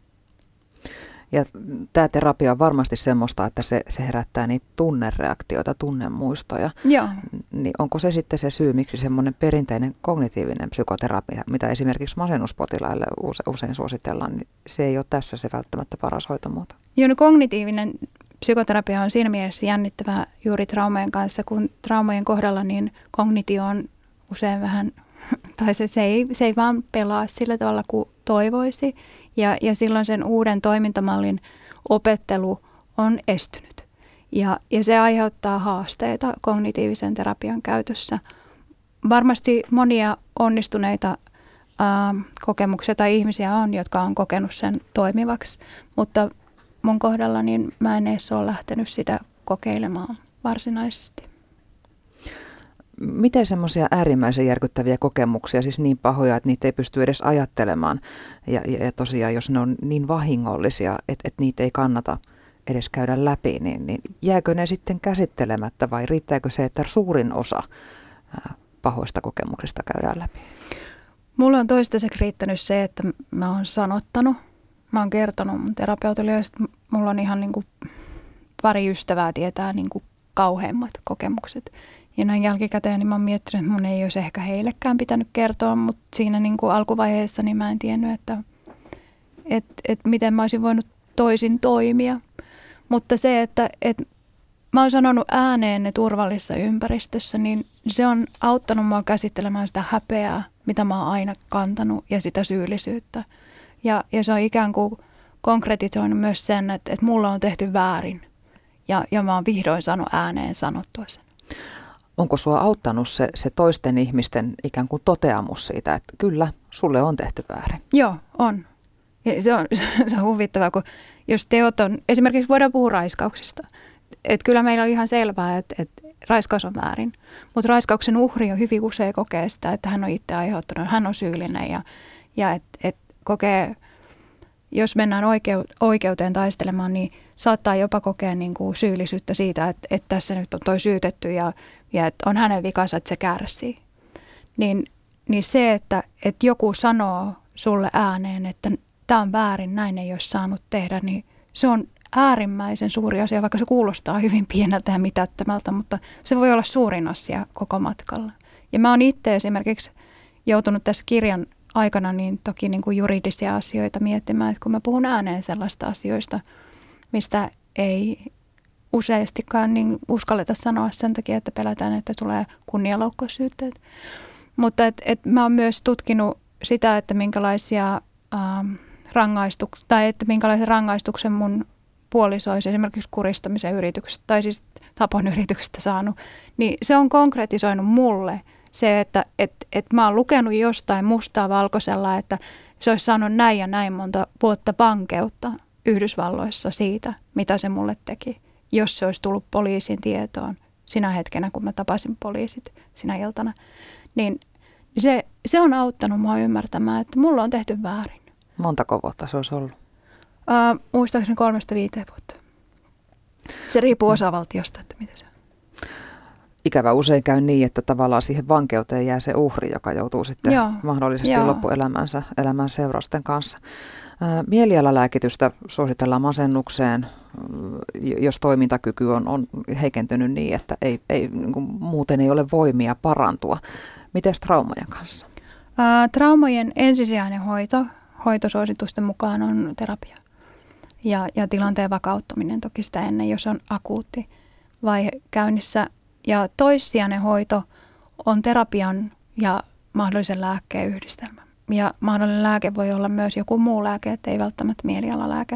Ja tämä terapia on varmasti semmoista, että se, se herättää niitä tunnereaktioita, tunnemuistoja. Joo. Niin onko se sitten se syy, miksi semmoinen perinteinen kognitiivinen psykoterapia, mitä esimerkiksi masennuspotilaille use, usein suositellaan, niin se ei ole tässä se välttämättä paras hoitomuoto? Joo, no kognitiivinen psykoterapia on siinä mielessä jännittävää juuri traumojen kanssa, kun traumojen kohdalla niin kognitio on usein vähän, tai se, se, ei, se ei vaan pelaa sillä tavalla kuin toivoisi. Ja, ja silloin sen uuden toimintamallin opettelu on estynyt. Ja, ja se aiheuttaa haasteita kognitiivisen terapian käytössä. Varmasti monia onnistuneita ää, kokemuksia tai ihmisiä on, jotka on kokenut sen toimivaksi, mutta mun kohdalla niin mä en edes ole lähtenyt sitä kokeilemaan varsinaisesti. Miten semmoisia äärimmäisen järkyttäviä kokemuksia, siis niin pahoja, että niitä ei pysty edes ajattelemaan ja, ja, ja tosiaan jos ne on niin vahingollisia, että, että niitä ei kannata edes käydä läpi, niin, niin jääkö ne sitten käsittelemättä vai riittääkö se, että suurin osa ää, pahoista kokemuksista käydään läpi? Mulla on toistaiseksi riittänyt se, että mä oon sanottanut, mä oon kertonut mun terapeutille ja sitten mulla on ihan niin kuin pari ystävää tietää niin kuin kauheimmat kokemukset. Ja näin jälkikäteen niin mä oon miettinyt, että mun ei olisi ehkä heillekään pitänyt kertoa, mutta siinä niin kuin alkuvaiheessa niin mä en tiennyt, että, että, että miten mä olisin voinut toisin toimia. Mutta se, että, että mä oon sanonut ääneen ne turvallisessa ympäristössä, niin se on auttanut mua käsittelemään sitä häpeää, mitä mä oon aina kantanut ja sitä syyllisyyttä. Ja, ja se on ikään kuin konkretisoinut myös sen, että, että mulla on tehty väärin ja, ja mä oon vihdoin saanut ääneen sanottua sen. Onko sua auttanut se, se toisten ihmisten ikään kuin toteamus siitä, että kyllä, sulle on tehty väärin? Joo, on. Ja se on, se on huvittavaa, kun jos teot on, esimerkiksi voidaan puhua raiskauksista. Että kyllä meillä on ihan selvää, että, että raiskaus on väärin. Mutta raiskauksen uhri on hyvin usein kokee sitä, että hän on itse aiheuttanut, hän on syyllinen ja, ja että et kokee, jos mennään oikeuteen taistelemaan, niin saattaa jopa kokea niin kuin syyllisyyttä siitä, että, että tässä nyt on toi syytetty ja, ja että on hänen vikansa, että se kärsii. Niin, niin se, että, että joku sanoo sulle ääneen, että tämä on väärin, näin ei olisi saanut tehdä, niin se on äärimmäisen suuri asia, vaikka se kuulostaa hyvin pieneltä ja mitättömältä, mutta se voi olla suurin asia koko matkalla. Ja mä oon itse esimerkiksi joutunut tässä kirjan aikana niin toki niin kuin juridisia asioita miettimään, että kun mä puhun ääneen sellaista asioista, mistä ei useastikaan niin uskalleta sanoa sen takia, että pelätään, että tulee kunnianloukkaussyytteet. Mutta et, et mä oon myös tutkinut sitä, että minkälaisia ähm, rangaistuksia, tai että minkälaisen rangaistuksen mun puoliso olisi esimerkiksi kuristamisen yrityksestä tai siis tapon yrityksestä saanut, niin se on konkretisoinut mulle se, että et, et mä oon lukenut jostain mustaa valkoisella, että se olisi saanut näin ja näin monta vuotta vankeutta Yhdysvalloissa siitä, mitä se mulle teki, jos se olisi tullut poliisin tietoon sinä hetkenä, kun mä tapasin poliisit sinä iltana. Niin se, se on auttanut mua ymmärtämään, että mulla on tehty väärin. Montako vuotta se olisi ollut? Uh, muistaakseni kolmesta viiteen vuotta. Se riippuu osavaltiosta, että mitä se on. Ikävä usein käy niin, että tavallaan siihen vankeuteen jää se uhri, joka joutuu sitten Joo. mahdollisesti Joo. loppuelämänsä elämän seurausten kanssa. Mielialalääkitystä suositellaan masennukseen, jos toimintakyky on, on heikentynyt niin, että ei, ei, niin kuin muuten ei ole voimia parantua. Miten traumojen kanssa? Uh, traumojen ensisijainen hoito, hoitosuositusten mukaan on terapia ja, ja tilanteen vakauttaminen toki sitä ennen, jos on akuutti vaihe käynnissä. Ja toissijainen hoito on terapian ja mahdollisen lääkkeen yhdistelmä. Ja mahdollinen lääke voi olla myös joku muu lääke, ettei välttämättä mielialalääke.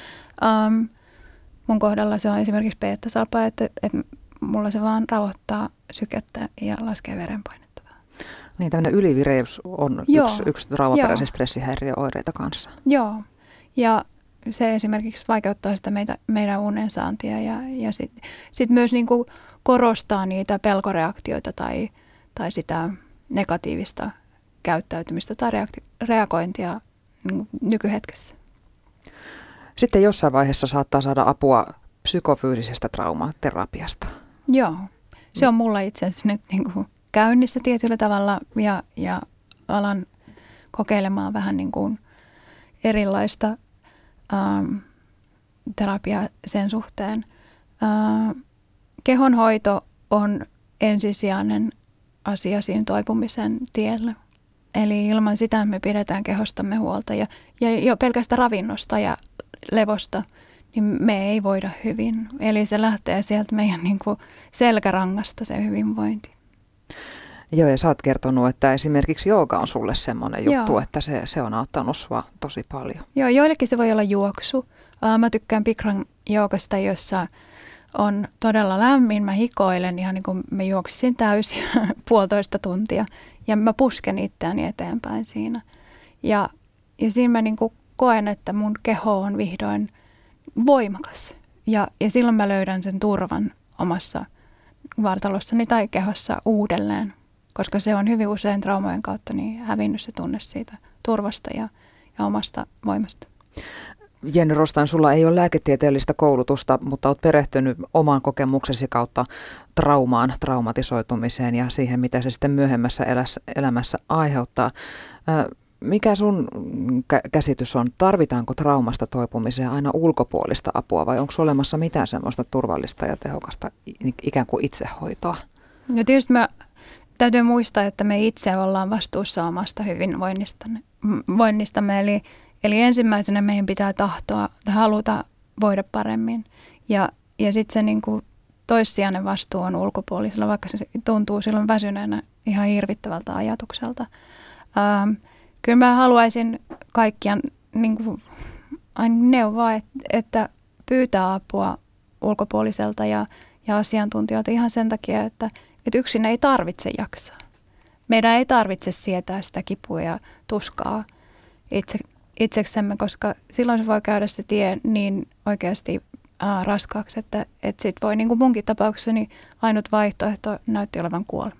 Um, mun kohdalla se on esimerkiksi beta-salpa, että, että mulla se vaan rauhoittaa sykettä ja laskee verenpainetta. Niin, tämmöinen ylivireys on Joo. yksi, yksi traumaperäisen stressihäiriöoireita kanssa. Joo, ja se esimerkiksi vaikeuttaa sitä meitä, meidän unensaantia ja, ja sitten sit myös niinku korostaa niitä pelkoreaktioita tai, tai sitä negatiivista käyttäytymistä tai reagointia nykyhetkessä. Sitten jossain vaiheessa saattaa saada apua psykofyysisestä traumaterapiasta. Joo, se on mulla itse asiassa nyt niin kuin käynnissä tietyllä tavalla ja, ja alan kokeilemaan vähän niin kuin erilaista ähm, terapiaa sen suhteen. Äh, kehonhoito on ensisijainen asia siinä toipumisen tiellä. Eli ilman sitä me pidetään kehostamme huolta ja, ja jo pelkästä ravinnosta ja levosta, niin me ei voida hyvin. Eli se lähtee sieltä meidän niin kuin selkärangasta se hyvinvointi. Joo, ja sä oot kertonut, että esimerkiksi jooga on sulle semmoinen juttu, Joo. että se, se on auttanut sua tosi paljon. Joo, joillekin se voi olla juoksu. Mä tykkään Bikram joogasta, jossa on todella lämmin. Mä hikoilen ihan niin kuin mä juoksisin täysin puolitoista tuntia ja mä pusken itseäni eteenpäin siinä. Ja, ja siinä mä niin kuin koen, että mun keho on vihdoin voimakas ja, ja silloin mä löydän sen turvan omassa vartalossani tai kehossa uudelleen, koska se on hyvin usein traumojen kautta niin hävinnyt se tunne siitä turvasta ja, ja omasta voimasta. Jenny Rostain, sulla ei ole lääketieteellistä koulutusta, mutta olet perehtynyt oman kokemuksesi kautta traumaan, traumatisoitumiseen ja siihen, mitä se sitten myöhemmässä elämässä aiheuttaa. Mikä sun käsitys on? Tarvitaanko traumasta toipumiseen aina ulkopuolista apua vai onko olemassa mitään semmoista turvallista ja tehokasta ikään kuin itsehoitoa? No tietysti mä täytyy muistaa, että me itse ollaan vastuussa omasta hyvinvoinnistamme, eli Eli ensimmäisenä meidän pitää tahtoa tai haluta voida paremmin. Ja, ja sitten se niin kuin toissijainen vastuu on ulkopuolisella, vaikka se tuntuu silloin väsyneenä ihan hirvittävältä ajatukselta. Ähm, kyllä mä haluaisin kaikkia niin kuin aina neuvoa, että, että pyytää apua ulkopuoliselta ja, ja asiantuntijoilta ihan sen takia, että, että yksin ei tarvitse jaksaa. Meidän ei tarvitse sietää sitä kipua ja tuskaa itse itseksemme, koska silloin se voi käydä se tie niin oikeasti ää, raskaaksi, että, että sit voi, niin kuin munkin tapauksessani, ainut vaihtoehto näytti olevan kuolema.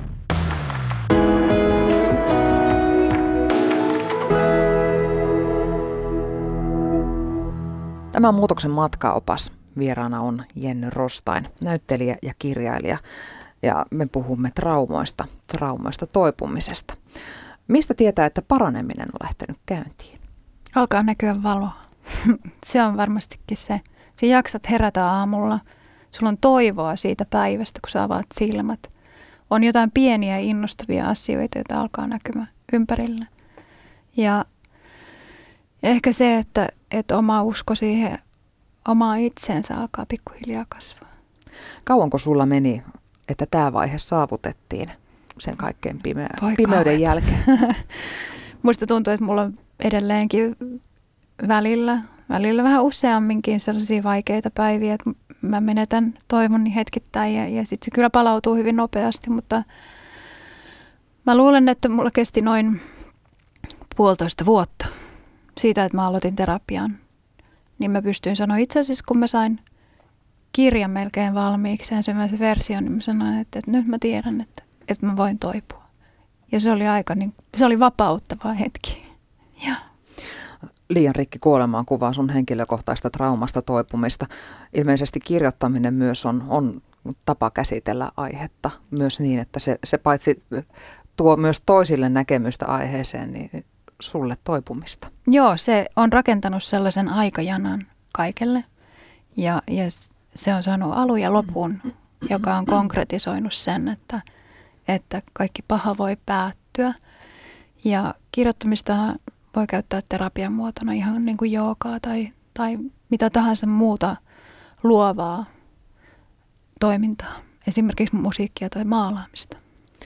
Tämä on Muutoksen matkaopas. Vieraana on Jenny Rostain, näyttelijä ja kirjailija. Ja me puhumme traumoista, traumoista toipumisesta. Mistä tietää, että paraneminen on lähtenyt käyntiin? Alkaa näkyä valoa. Se on varmastikin se. Sä jaksat herätä aamulla. Sulla on toivoa siitä päivästä, kun sä avaat silmät. On jotain pieniä innostavia asioita, joita alkaa näkymään ympärillä. Ja ehkä se, että, että oma usko siihen omaa itseensä alkaa pikkuhiljaa kasvaa. Kauanko sulla meni, että tämä vaihe saavutettiin? sen kaikkein pimeä, Voi pimeyden kauheeta. jälkeen? Musta tuntuu, että mulla on edelleenkin välillä, välillä vähän useamminkin sellaisia vaikeita päiviä, että mä menetän toivoni hetkittäin ja, ja sitten se kyllä palautuu hyvin nopeasti, mutta mä luulen, että mulla kesti noin puolitoista vuotta siitä, että mä aloitin terapian. Niin mä pystyin sanoa itse asiassa, kun mä sain kirjan melkein valmiiksi, ensimmäisen version, niin mä sanoin, että, että nyt mä tiedän, että, että mä voin toipua. Ja se oli aika, niin, se oli vapauttava hetki. Ja. Liian rikki kuolemaan kuvaa sun henkilökohtaista traumasta toipumista. Ilmeisesti kirjoittaminen myös on, on tapa käsitellä aihetta myös niin, että se, se paitsi tuo myös toisille näkemystä aiheeseen, niin sulle toipumista. Joo, se on rakentanut sellaisen aikajanan kaikelle ja, ja se on saanut alun ja lopun, joka on konkretisoinut sen, että, että kaikki paha voi päättyä. Ja kirjoittamista voi käyttää terapian muotona ihan niin kuin joogaa tai, tai mitä tahansa muuta luovaa toimintaa, esimerkiksi musiikkia tai maalaamista.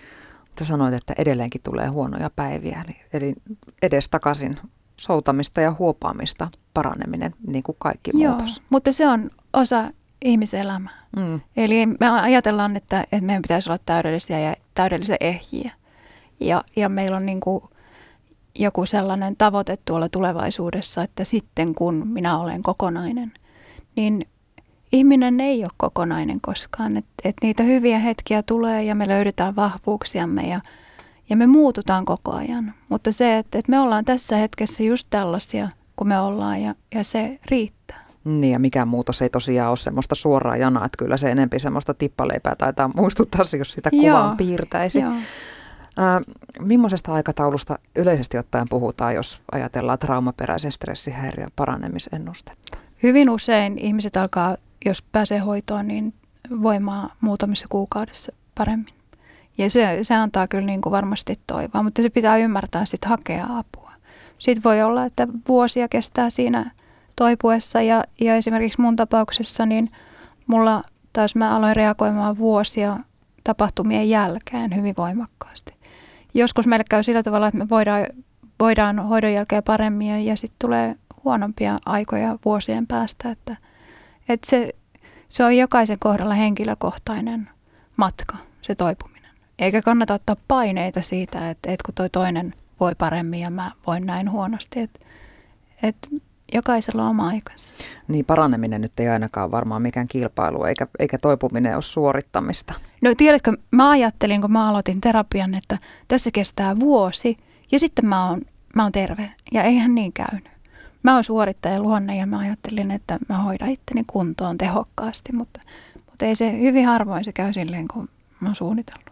Sä sanoit, että edelleenkin tulee huonoja päiviä, eli, eli edestakaisin soutamista ja huopaamista paraneminen, niin kuin kaikki Joo, muutos. mutta se on osa ihmiselämää. Mm. Eli me ajatellaan, että, että meidän pitäisi olla täydellisiä ja täydellisiä ehjiä. Ja, ja meillä on niin kuin joku sellainen tavoite tuolla tulevaisuudessa, että sitten kun minä olen kokonainen, niin ihminen ei ole kokonainen koskaan. Että et niitä hyviä hetkiä tulee ja me löydetään vahvuuksiamme ja, ja me muututaan koko ajan. Mutta se, että et me ollaan tässä hetkessä just tällaisia kuin me ollaan ja, ja se riittää. Niin ja mikään muutos ei tosiaan ole semmoista suoraa janaa, että kyllä se enempi semmoista tippaleipää taitaa muistuttaa, jos sitä kuvaan Joo, piirtäisi. joo. Äh, millaisesta aikataulusta yleisesti ottaen puhutaan, jos ajatellaan traumaperäisen stressihäiriön paranemisennustetta? Hyvin usein ihmiset alkaa, jos pääsee hoitoon, niin voimaa muutamissa kuukaudessa paremmin. Ja se, se antaa kyllä niin kuin varmasti toivoa, mutta se pitää ymmärtää sitten hakea apua. Sitten voi olla, että vuosia kestää siinä toipuessa ja, ja esimerkiksi mun tapauksessa, niin mulla taas mä aloin reagoimaan vuosia tapahtumien jälkeen hyvin voimakkaasti. Joskus meille käy sillä tavalla, että me voidaan, voidaan hoidon jälkeen paremmin ja sitten tulee huonompia aikoja vuosien päästä, että, että se, se on jokaisen kohdalla henkilökohtainen matka, se toipuminen. Eikä kannata ottaa paineita siitä, että, että kun toi toinen voi paremmin ja mä voin näin huonosti, että, että jokaisella on oma aikansa. Niin paraneminen nyt ei ainakaan varmaan mikään kilpailu, eikä, eikä toipuminen ole suorittamista. No tiedätkö, mä ajattelin, kun mä aloitin terapian, että tässä kestää vuosi ja sitten mä oon, mä oon terve ja eihän niin käynyt. Mä oon suorittajan luonne ja mä ajattelin, että mä hoidan itteni kuntoon tehokkaasti, mutta, mutta ei se hyvin harvoin se käy silleen, kun mä oon suunnitellut.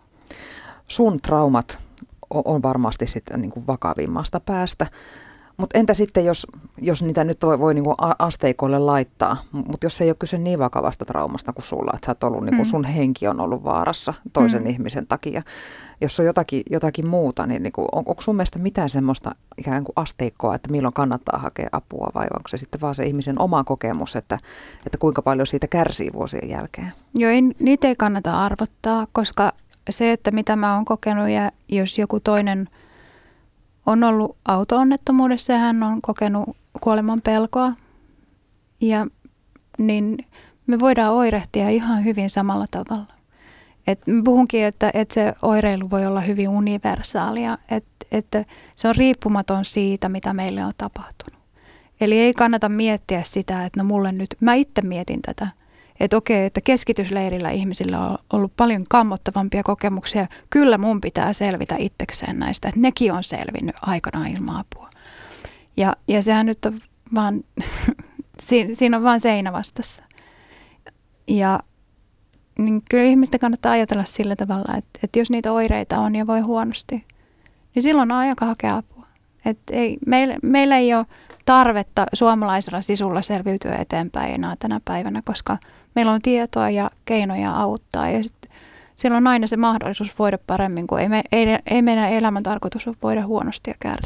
Sun traumat on varmasti sitten niin kuin vakavimmasta päästä. Mutta entä sitten, jos, jos niitä nyt voi, voi niinku asteikolle laittaa, mutta jos ei ole kyse niin vakavasta traumasta kuin sulla, että sä oot ollut, niinku, sun henki on ollut vaarassa toisen mm. ihmisen takia. Jos on jotakin, jotakin muuta, niin niinku, on, onko sun mielestä mitään semmoista ikään kuin asteikkoa, että milloin kannattaa hakea apua vai onko se sitten vaan se ihmisen oma kokemus, että, että kuinka paljon siitä kärsii vuosien jälkeen? Joo, ei, niitä ei kannata arvottaa, koska se, että mitä mä oon kokenut ja jos joku toinen on ollut auto-onnettomuudessa ja hän on kokenut kuoleman pelkoa, ja, niin me voidaan oirehtia ihan hyvin samalla tavalla. Et mä puhunkin, että, että se oireilu voi olla hyvin universaalia, että, että se on riippumaton siitä, mitä meille on tapahtunut. Eli ei kannata miettiä sitä, että no mulle nyt, mä itse mietin tätä, että okei, että keskitysleirillä ihmisillä on ollut paljon kammottavampia kokemuksia. Kyllä mun pitää selvitä itsekseen näistä, että nekin on selvinnyt aikanaan ilman apua. Ja, ja sehän nyt on vaan, siinä, siinä on vaan seinä vastassa. Ja niin kyllä ihmistä kannattaa ajatella sillä tavalla, että, että jos niitä oireita on ja voi huonosti, niin silloin on aika hakea apua. Että ei, meillä, meillä ei ole tarvetta suomalaisella sisulla selviytyä eteenpäin enää tänä päivänä, koska meillä on tietoa ja keinoja auttaa ja sit silloin on aina se mahdollisuus voida paremmin, kun ei, me, ei, ei meidän elämän tarkoitus ole voida huonosti ja kärsiä.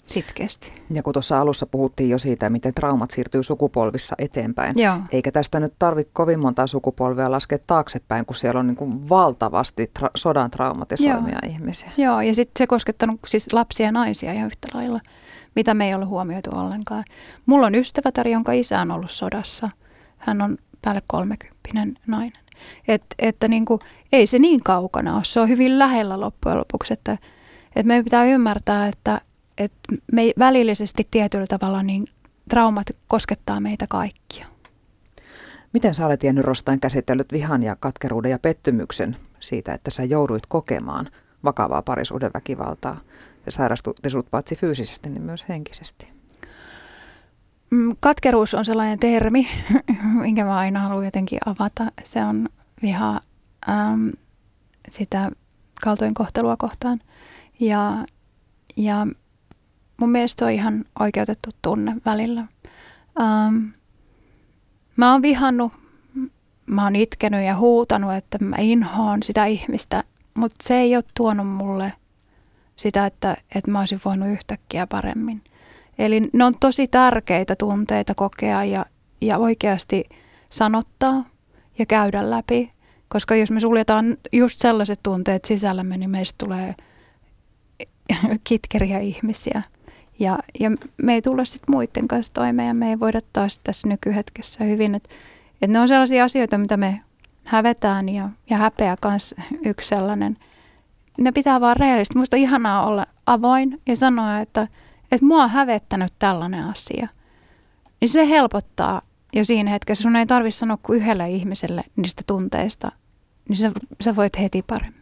sitkeästi. Ja kun tuossa alussa puhuttiin jo siitä, miten traumat siirtyy sukupolvissa eteenpäin, Joo. eikä tästä nyt tarvitse kovin monta sukupolvea laskea taaksepäin, kun siellä on niin kuin valtavasti tra- sodan traumatisoimia Joo. ihmisiä. Joo, ja sitten se koskettanut siis lapsia ja naisia ihan yhtä lailla, mitä me ei ole huomioitu ollenkaan. Mulla on ystävätär, jonka isä on ollut sodassa. Hän on päälle kolmekymppinen nainen. Et, että niin kuin, ei se niin kaukana ole, se on hyvin lähellä loppujen lopuksi, että, että meidän pitää ymmärtää, että, että me välillisesti tietyllä tavalla niin traumat koskettaa meitä kaikkia. Miten sä olet, Jenny Rostain, käsitellyt vihan ja katkeruuden ja pettymyksen siitä, että sä jouduit kokemaan vakavaa parisuhdeväkivaltaa ja sairastutti sut paitsi fyysisesti, niin myös henkisesti? Katkeruus on sellainen termi, minkä mä aina haluan jotenkin avata. Se on viha äm, sitä kaltoinkohtelua kohtaan. Ja, ja mun mielestä se on ihan oikeutettu tunne välillä. Ähm, mä oon vihannut, mä oon itkenyt ja huutanut, että mä inhoan sitä ihmistä, mutta se ei ole tuonut mulle sitä, että, että mä olisin voinut yhtäkkiä paremmin. Eli ne on tosi tärkeitä tunteita kokea ja, ja oikeasti sanottaa ja käydä läpi, koska jos me suljetaan just sellaiset tunteet sisällämme, niin meistä tulee kitkeriä ihmisiä. Ja, ja me ei tulla sitten muiden kanssa toimeen ja me ei voida taas tässä nykyhetkessä hyvin. Että et ne on sellaisia asioita, mitä me hävetään ja, ja häpeä kanssa yksi sellainen. Ne pitää vaan rehellisesti. Musta on ihanaa olla avoin ja sanoa, että että mua on hävettänyt tällainen asia, niin se helpottaa jo siinä hetkessä. Sun ei tarvitse sanoa kuin yhdelle ihmiselle niistä tunteista, niin sä, sä voit heti paremmin.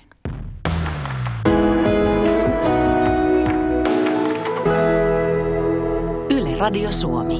Yle Radio Suomi.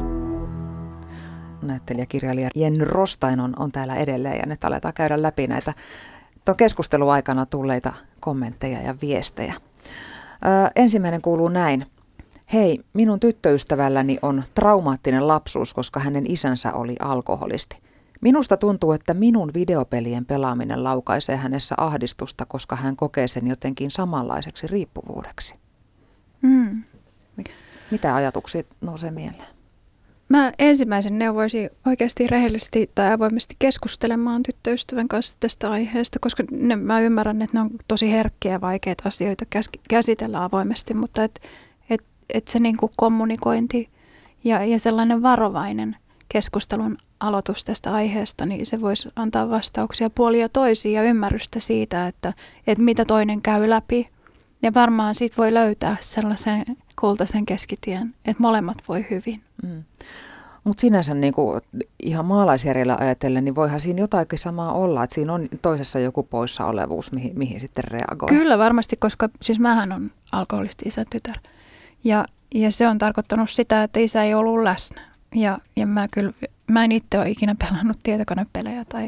Näyttelijäkirjailija Jenny Rostain on, on täällä edelleen ja nyt aletaan käydä läpi näitä tuon keskustelun aikana tulleita kommentteja ja viestejä. Ö, ensimmäinen kuuluu näin. Hei, minun tyttöystävälläni on traumaattinen lapsuus, koska hänen isänsä oli alkoholisti. Minusta tuntuu, että minun videopelien pelaaminen laukaisee hänessä ahdistusta, koska hän kokee sen jotenkin samanlaiseksi riippuvuudeksi. Mm. Mitä ajatuksia nousee mieleen? Mä ensimmäisen neuvoisin oikeasti rehellisesti tai avoimesti keskustelemaan tyttöystävän kanssa tästä aiheesta, koska ne, mä ymmärrän, että ne on tosi herkkiä ja vaikeita asioita käsitellä avoimesti, mutta et, et, et se niinku kommunikointi ja, ja sellainen varovainen keskustelun aloitus tästä aiheesta, niin se voisi antaa vastauksia puolia toisiin ja ymmärrystä siitä, että, että mitä toinen käy läpi. Ja varmaan siitä voi löytää sellaisen kultaisen keskitien, että molemmat voi hyvin. Mm. Mutta sinänsä niinku, ihan maalaisjärjellä ajatellen, niin voihan siinä jotakin samaa olla, että siinä on toisessa joku poissaolevuus, mihin, mihin sitten reagoi. Kyllä varmasti, koska siis mähän on alkoholisti isän tytär. Ja, ja se on tarkoittanut sitä, että isä ei ollut läsnä. Ja, ja mä, kyllä, mä en itse ole ikinä pelannut tietokonepelejä tai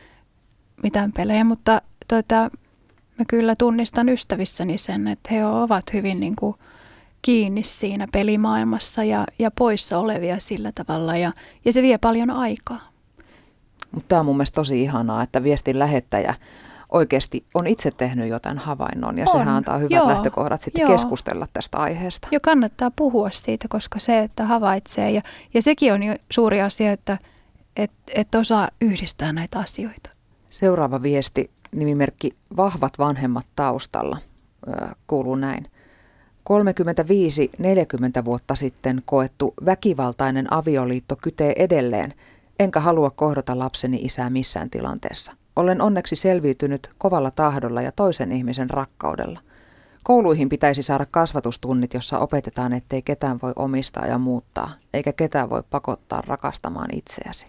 mitään pelejä, mutta tota, mä kyllä tunnistan ystävissäni sen, että he ovat hyvin niin kuin kiinni siinä pelimaailmassa ja, ja poissa olevia sillä tavalla ja, ja se vie paljon aikaa. Mutta tämä on mun mielestä tosi ihanaa, että viestin lähettäjä oikeasti on itse tehnyt jotain havainnon ja on. Sehän antaa hyvät joo, lähtökohdat sitten joo. keskustella tästä aiheesta. Jo kannattaa puhua siitä, koska se, että havaitsee ja, ja sekin on jo suuri asia, että et, et osaa yhdistää näitä asioita. Seuraava viesti, nimimerkki Vahvat vanhemmat taustalla, kuuluu näin. kolmekymmentäviisi neljäkymmentä vuotta sitten koettu väkivaltainen avioliitto kytee edelleen, enkä halua kohdata lapseni isää missään tilanteessa. Olen onneksi selviytynyt kovalla tahdolla ja toisen ihmisen rakkaudella. Kouluihin pitäisi saada kasvatustunnit, jossa opetetaan, ettei ketään voi omistaa ja muuttaa, eikä ketään voi pakottaa rakastamaan itseäsi.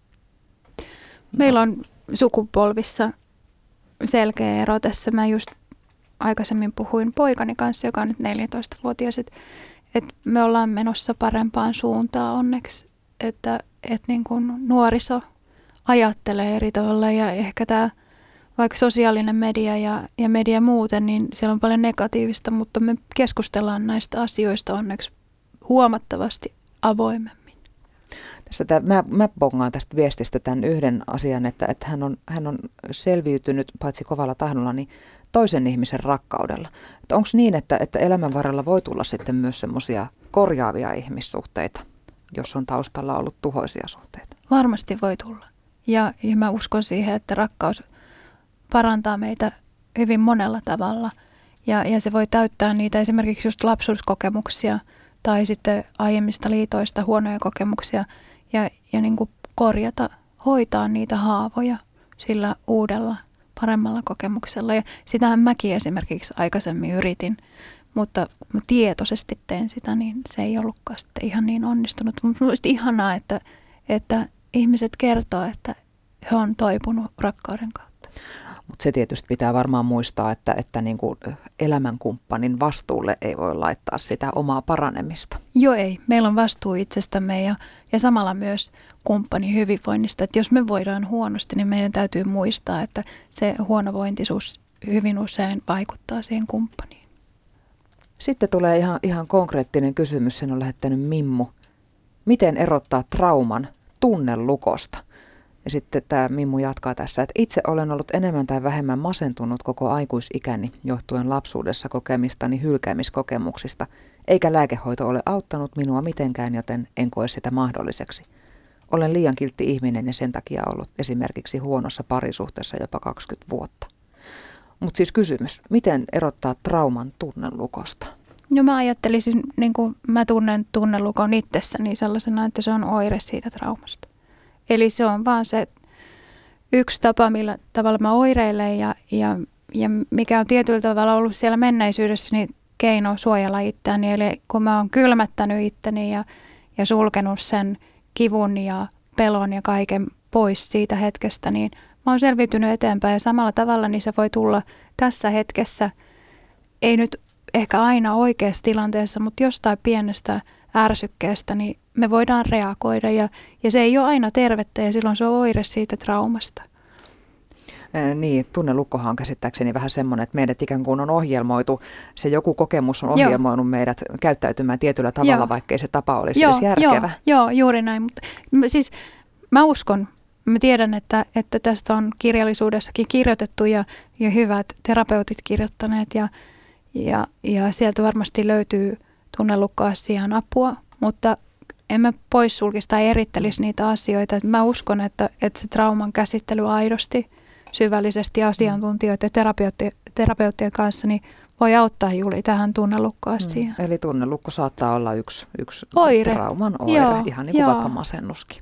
Meillä on sukupolvissa selkeä ero tässä. Mä just aikaisemmin puhuin poikani kanssa, joka on nyt neljätoistavuotias, että et me ollaan menossa parempaan suuntaan onneksi, että et niin kuin nuoriso ajattelee eri tavalla ja ehkä tämä vaikka sosiaalinen media ja, ja media muuten, niin siellä on paljon negatiivista, mutta me keskustellaan näistä asioista onneksi huomattavasti avoimemmin. Tässä tämä, mä, mä bongaan tästä viestistä tämän yhden asian, että, että hän, on, hän on selviytynyt paitsi kovalla tahdolla, niin toisen ihmisen rakkaudella. Onko niin, että, että elämän varrella voi tulla sitten myös semmoisia korjaavia ihmissuhteita, jos on taustalla ollut tuhoisia suhteita? Varmasti voi tulla. Ja, ja mä uskon siihen, että rakkaus parantaa meitä hyvin monella tavalla. Ja, ja se voi täyttää niitä esimerkiksi just lapsuuskokemuksia tai sitten aiemmista liitoista huonoja kokemuksia ja, ja niin kuin korjata, hoitaa niitä haavoja sillä uudella, paremmalla kokemuksella. Ja sitähän mäkin esimerkiksi aikaisemmin yritin, mutta kun mä tietoisesti teen sitä, niin se ei ollutkaan sitten ihan niin onnistunut. Mutta olisi ihanaa, että, että ihmiset kertoo, että he on toipunut rakkauden kautta. Mutta se tietysti pitää varmaan muistaa, että, että niinku elämänkumppanin vastuulle ei voi laittaa sitä omaa paranemista. Joo ei. Meillä on vastuu itsestämme ja, ja samalla myös kumppanin hyvinvoinnista. Että jos me voidaan huonosti, niin meidän täytyy muistaa, että se huonovointisuus hyvin usein vaikuttaa siihen kumppaniin. Sitten tulee ihan, ihan konkreettinen kysymys, sen on lähettänyt Mimmu. Miten erottaa trauman tunnelukosta? Ja sitten tämä Mimmu jatkaa tässä, että itse olen ollut enemmän tai vähemmän masentunut koko aikuisikäni johtuen lapsuudessa kokemistani hylkäämiskokemuksista, eikä lääkehoito ole auttanut minua mitenkään, joten en koe sitä mahdolliseksi. Olen liian kiltti ihminen ja sen takia ollut esimerkiksi huonossa parisuhteessa jopa kaksikymmentä vuotta. Mutta siis kysymys, miten erottaa trauman tunnelukosta? No mä ajattelisin, niin kuin mä tunnen tunnelukon itsessäni sellaisena, että se on oire siitä traumasta. Eli se on vaan se yksi tapa, millä tavalla mä oireilen ja, ja, ja mikä on tietyllä tavalla ollut siellä menneisyydessä, niin keino suojella itseäni. Eli kun mä oon kylmättänyt itteni ja, ja sulkenut sen kivun ja pelon ja kaiken pois siitä hetkestä, niin mä oon selviytynyt eteenpäin. Ja samalla tavalla niin se voi tulla tässä hetkessä, ei nyt ehkä aina oikeassa tilanteessa, mutta jostain pienestä ärsykkeestä, niin me voidaan reagoida ja, ja se ei ole aina tervettä ja silloin se on oire siitä traumasta. Ää, niin, tunnelukkohan on käsittääkseni vähän semmoinen, että meidät ikään kuin on ohjelmoitu, se joku kokemus on ohjelmoinut joo. meidät käyttäytymään tietyllä tavalla, joo. vaikkei se tapa olisi joo, edes järkevä. Joo, joo, juuri näin, mutta siis mä uskon, mä tiedän, että, että tästä on kirjallisuudessakin kirjoitettu ja, ja hyvät terapeutit kirjoittaneet ja, ja, ja sieltä varmasti löytyy tunnelukkoasiaan apua, mutta en mä poissulkisi tai erittelisi niitä asioita. Mä uskon, että, että se trauman käsittely aidosti, syvällisesti asiantuntijoiden ja terapeuttien, terapeuttien kanssa niin voi auttaa juuri tähän tunnelukkoasiaan. Mm. Eli tunnelukko saattaa olla yksi, yksi oire. trauman oire, joo, ihan niin kuin joo. vaikka masennuskin.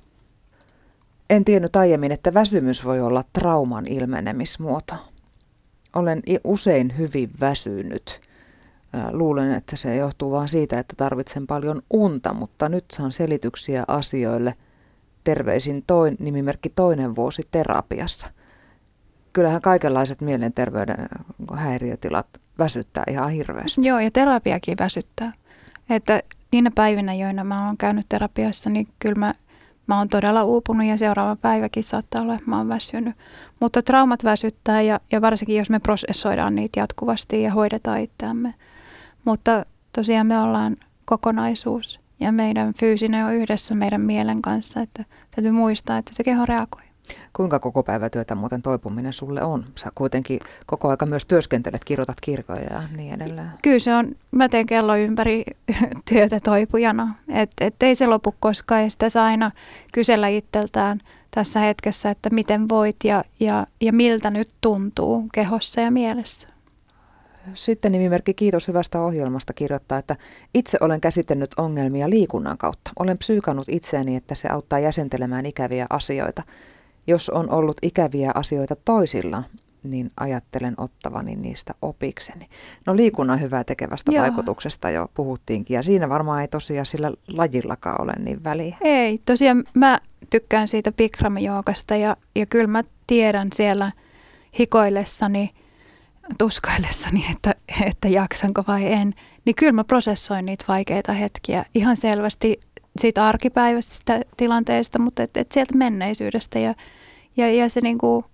En tiennyt aiemmin, että väsymys voi olla trauman ilmenemismuoto. Olen usein hyvin väsynyt. Luulen, että se johtuu vain siitä, että tarvitsen paljon unta, mutta nyt saan selityksiä asioille. Terveisin toin, nimimerkki toinen vuosi terapiassa. Kyllähän kaikenlaiset mielenterveyden häiriötilat väsyttää ihan hirveästi. Joo, ja terapiakin väsyttää. Että niinä päivinä, joina mä oon käynyt terapiassa, niin kyllä mä, mä oon todella uupunut ja seuraava päiväkin saattaa olla, että mä oon väsynyt. Mutta traumat väsyttää ja, ja varsinkin jos me prosessoidaan niitä jatkuvasti ja hoidetaan itseämme. Mutta tosiaan me ollaan kokonaisuus ja meidän fyysinen on yhdessä meidän mielen kanssa, että täytyy muistaa, että se keho reagoi. Kuinka koko päivätyötä muuten toipuminen sulle on? Sä kuitenkin koko aika myös työskentelet, kirjoitat kirjoja ja niin edelleen. Kyllä se on, mä teen kello ympäri työtä toipujana, että et ei se lopu koskaan ja sitä saa aina kysellä itseltään tässä hetkessä, että miten voit ja, ja, ja miltä nyt tuntuu kehossa ja mielessä. Sitten nimimerkki kiitos hyvästä ohjelmasta kirjoittaa, että itse olen käsitellyt ongelmia liikunnan kautta. Olen psyykannut itseäni, että se auttaa jäsentelemään ikäviä asioita. Jos on ollut ikäviä asioita toisilla, niin ajattelen ottavani niistä opikseni. No liikunnan hyvää tekevästä Joo. vaikutuksesta jo puhuttiinkin ja siinä varmaan ei tosiaan sillä lajillakaan ole niin väliä. Ei, tosiaan mä tykkään siitä Bikram-joogasta ja, ja kyllä mä tiedän siellä hikoillessani, tuskaillessani, että, että jaksanko vai en, niin kyllä mä prosessoin niitä vaikeita hetkiä ihan selvästi siitä arkipäiväisestä tilanteesta, mutta et, et sieltä menneisyydestä ja, ja, ja se, niinku,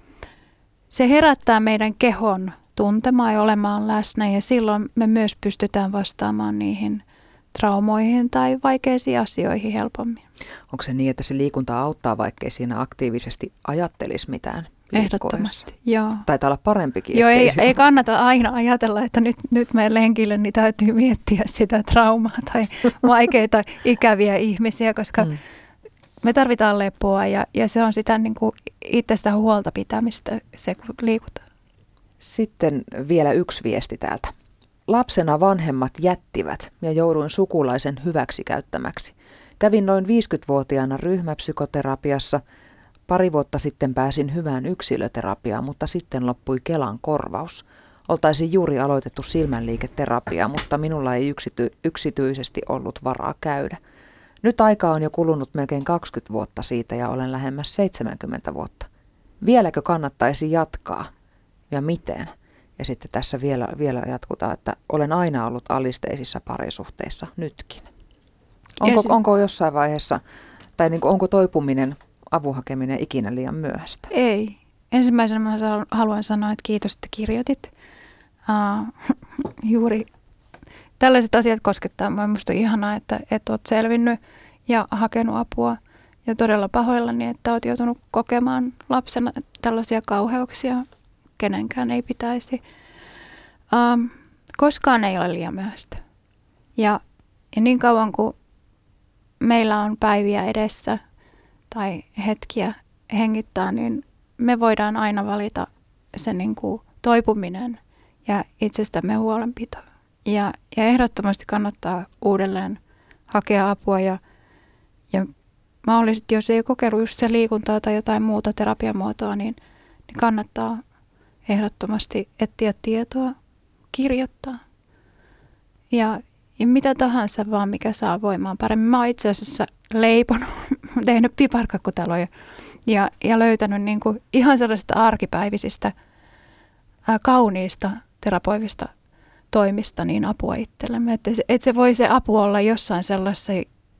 se herättää meidän kehon tuntemaan ja olemaan läsnä ja silloin me myös pystytään vastaamaan niihin traumoihin tai vaikeisiin asioihin helpommin. Onko se niin, että se liikunta auttaa, vaikkei siinä aktiivisesti ajattelisi mitään? Ehdottomasti, joo. Taitaa olla parempikin. Joo, ei, ei kannata aina ajatella, että nyt, nyt meidän lenkille niin täytyy miettiä sitä traumaa tai vaikeita ikäviä ihmisiä, koska mm. me tarvitaan lepoa ja, ja se on sitä niin kuin itsestä huolta pitämistä, se kun liikutaan. Sitten vielä yksi viesti täältä. Lapsena vanhemmat jättivät ja jouduin sukulaisen hyväksikäyttämäksi. Kävin noin viisikymmentävuotiaana ryhmäpsykoterapiassa. Pari vuotta sitten pääsin hyvään yksilöterapiaan, mutta sitten loppui Kelan korvaus. Oltaisiin juuri aloitettu silmänliiketerapiaa, mutta minulla ei yksity- yksityisesti ollut varaa käydä. Nyt aika on jo kulunut melkein kaksikymmentä vuotta siitä ja olen lähemmäs seitsemänkymmentä vuotta. Vieläkö kannattaisi jatkaa ja miten? Ja sitten tässä vielä, vielä jatkutaan, että olen aina ollut alisteisissa parisuhteissa nytkin. Onko, se, onko jossain vaiheessa, tai niin kuin, onko toipuminen, avun hakeminen ikinä liian myöhäistä? Ei. Ensimmäisenä mä haluan sanoa, että kiitos, että kirjoitit. Uh, juuri tällaiset asiat koskettaa. Minusta on ihanaa, että, että olet selvinnyt ja hakenut apua. Ja todella pahoillani, että olet joutunut kokemaan lapsena tällaisia kauheuksia. Kenenkään ei pitäisi. Um, koskaan ei ole liian myöhäistä. Ja, ja niin kauan kuin meillä on päiviä edessä tai hetkiä hengittää, niin me voidaan aina valita se niin kuin toipuminen ja itsestämme huolenpito. Ja, ja ehdottomasti kannattaa uudelleen hakea apua ja, ja mahdollisesti, jos ei ole kokeillut just se liikuntaa tai jotain muuta terapiamuotoa, niin, niin kannattaa ehdottomasti etsiä tietoa, kirjoittaa ja, ja mitä tahansa vaan, mikä saa voimaan paremmin. Mä oon itse asiassa leiponut, tehnyt piparkakkutaloja ja, ja löytänyt niin kuin ihan sellaisista arkipäivisistä, ää, kauniista, terapoivista toimista niin apua itsellemme. Että et se voi se apu olla jossain sellaisessa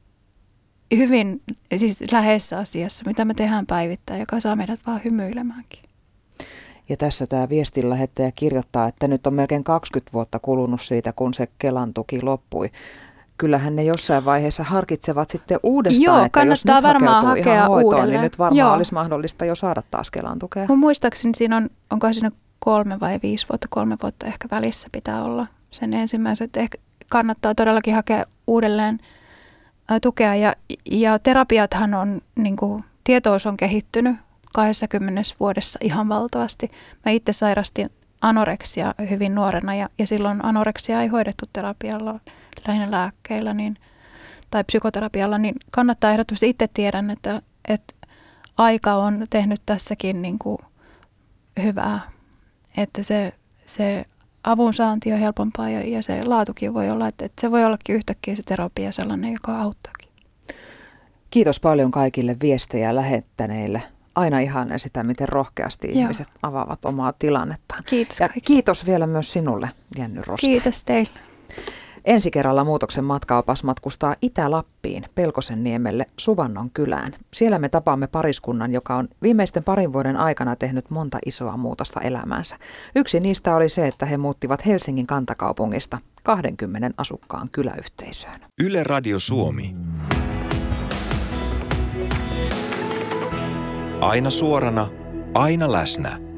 hyvin siis läheisessä asiassa, mitä me tehdään päivittäin, joka saa meidät vaan hymyilemäänkin. Ja tässä tämä viestin lähettäjä kirjoittaa, että nyt on melkein kaksikymmentä vuotta kulunut siitä, kun se Kelan tuki loppui. Kyllähän ne jossain vaiheessa harkitsevat sitten uudestaan, Joo, että jos nyt varmaan hakeutuu ihan hoitoon, uudelleen. niin nyt varmaan Joo. olisi mahdollista jo saada taas Kelan tukea. Mun muistaakseni siinä on, onko siinä kolme vai viisi vuotta, kolme vuotta ehkä välissä pitää olla sen ensimmäiset. Ehkä kannattaa todellakin hakea uudelleen ä, tukea ja, ja terapiathan on, niin kuin, tietous on kehittynyt kaksikymmentä vuodessa ihan valtavasti. Mä itse sairastin anoreksia hyvin nuorena ja, ja silloin anoreksia ei hoidettu terapialla, lähinnä lääkkeillä niin, tai psykoterapialla, niin kannattaa ehdottomasti itse tiedän, että, että aika on tehnyt tässäkin niin kuin hyvää, että se, se avun saanti on helpompaa ja, ja se laatukin voi olla, että, että se voi ollakin yhtäkkiä se terapia sellainen, joka auttaakin. Kiitos paljon kaikille viestejä lähettäneille. Aina ihana sitä, miten rohkeasti Joo. ihmiset avaavat omaa tilannettaan. Kiitos ja kaikille. Kiitos vielä myös sinulle, Jenny Roste. Kiitos teille. Ensi kerralla Muutoksen matkaopas matkustaa Itä-Lappiin, Pelkosenniemelle, Suvannon kylään. Siellä me tapaamme pariskunnan, joka on viimeisten parin vuoden aikana tehnyt monta isoa muutosta elämäänsä. Yksi niistä oli se, että he muuttivat Helsingin kantakaupungista kaksikymmentä asukkaan kyläyhteisöön. Yle Radio Suomi. Aina suorana, aina läsnä.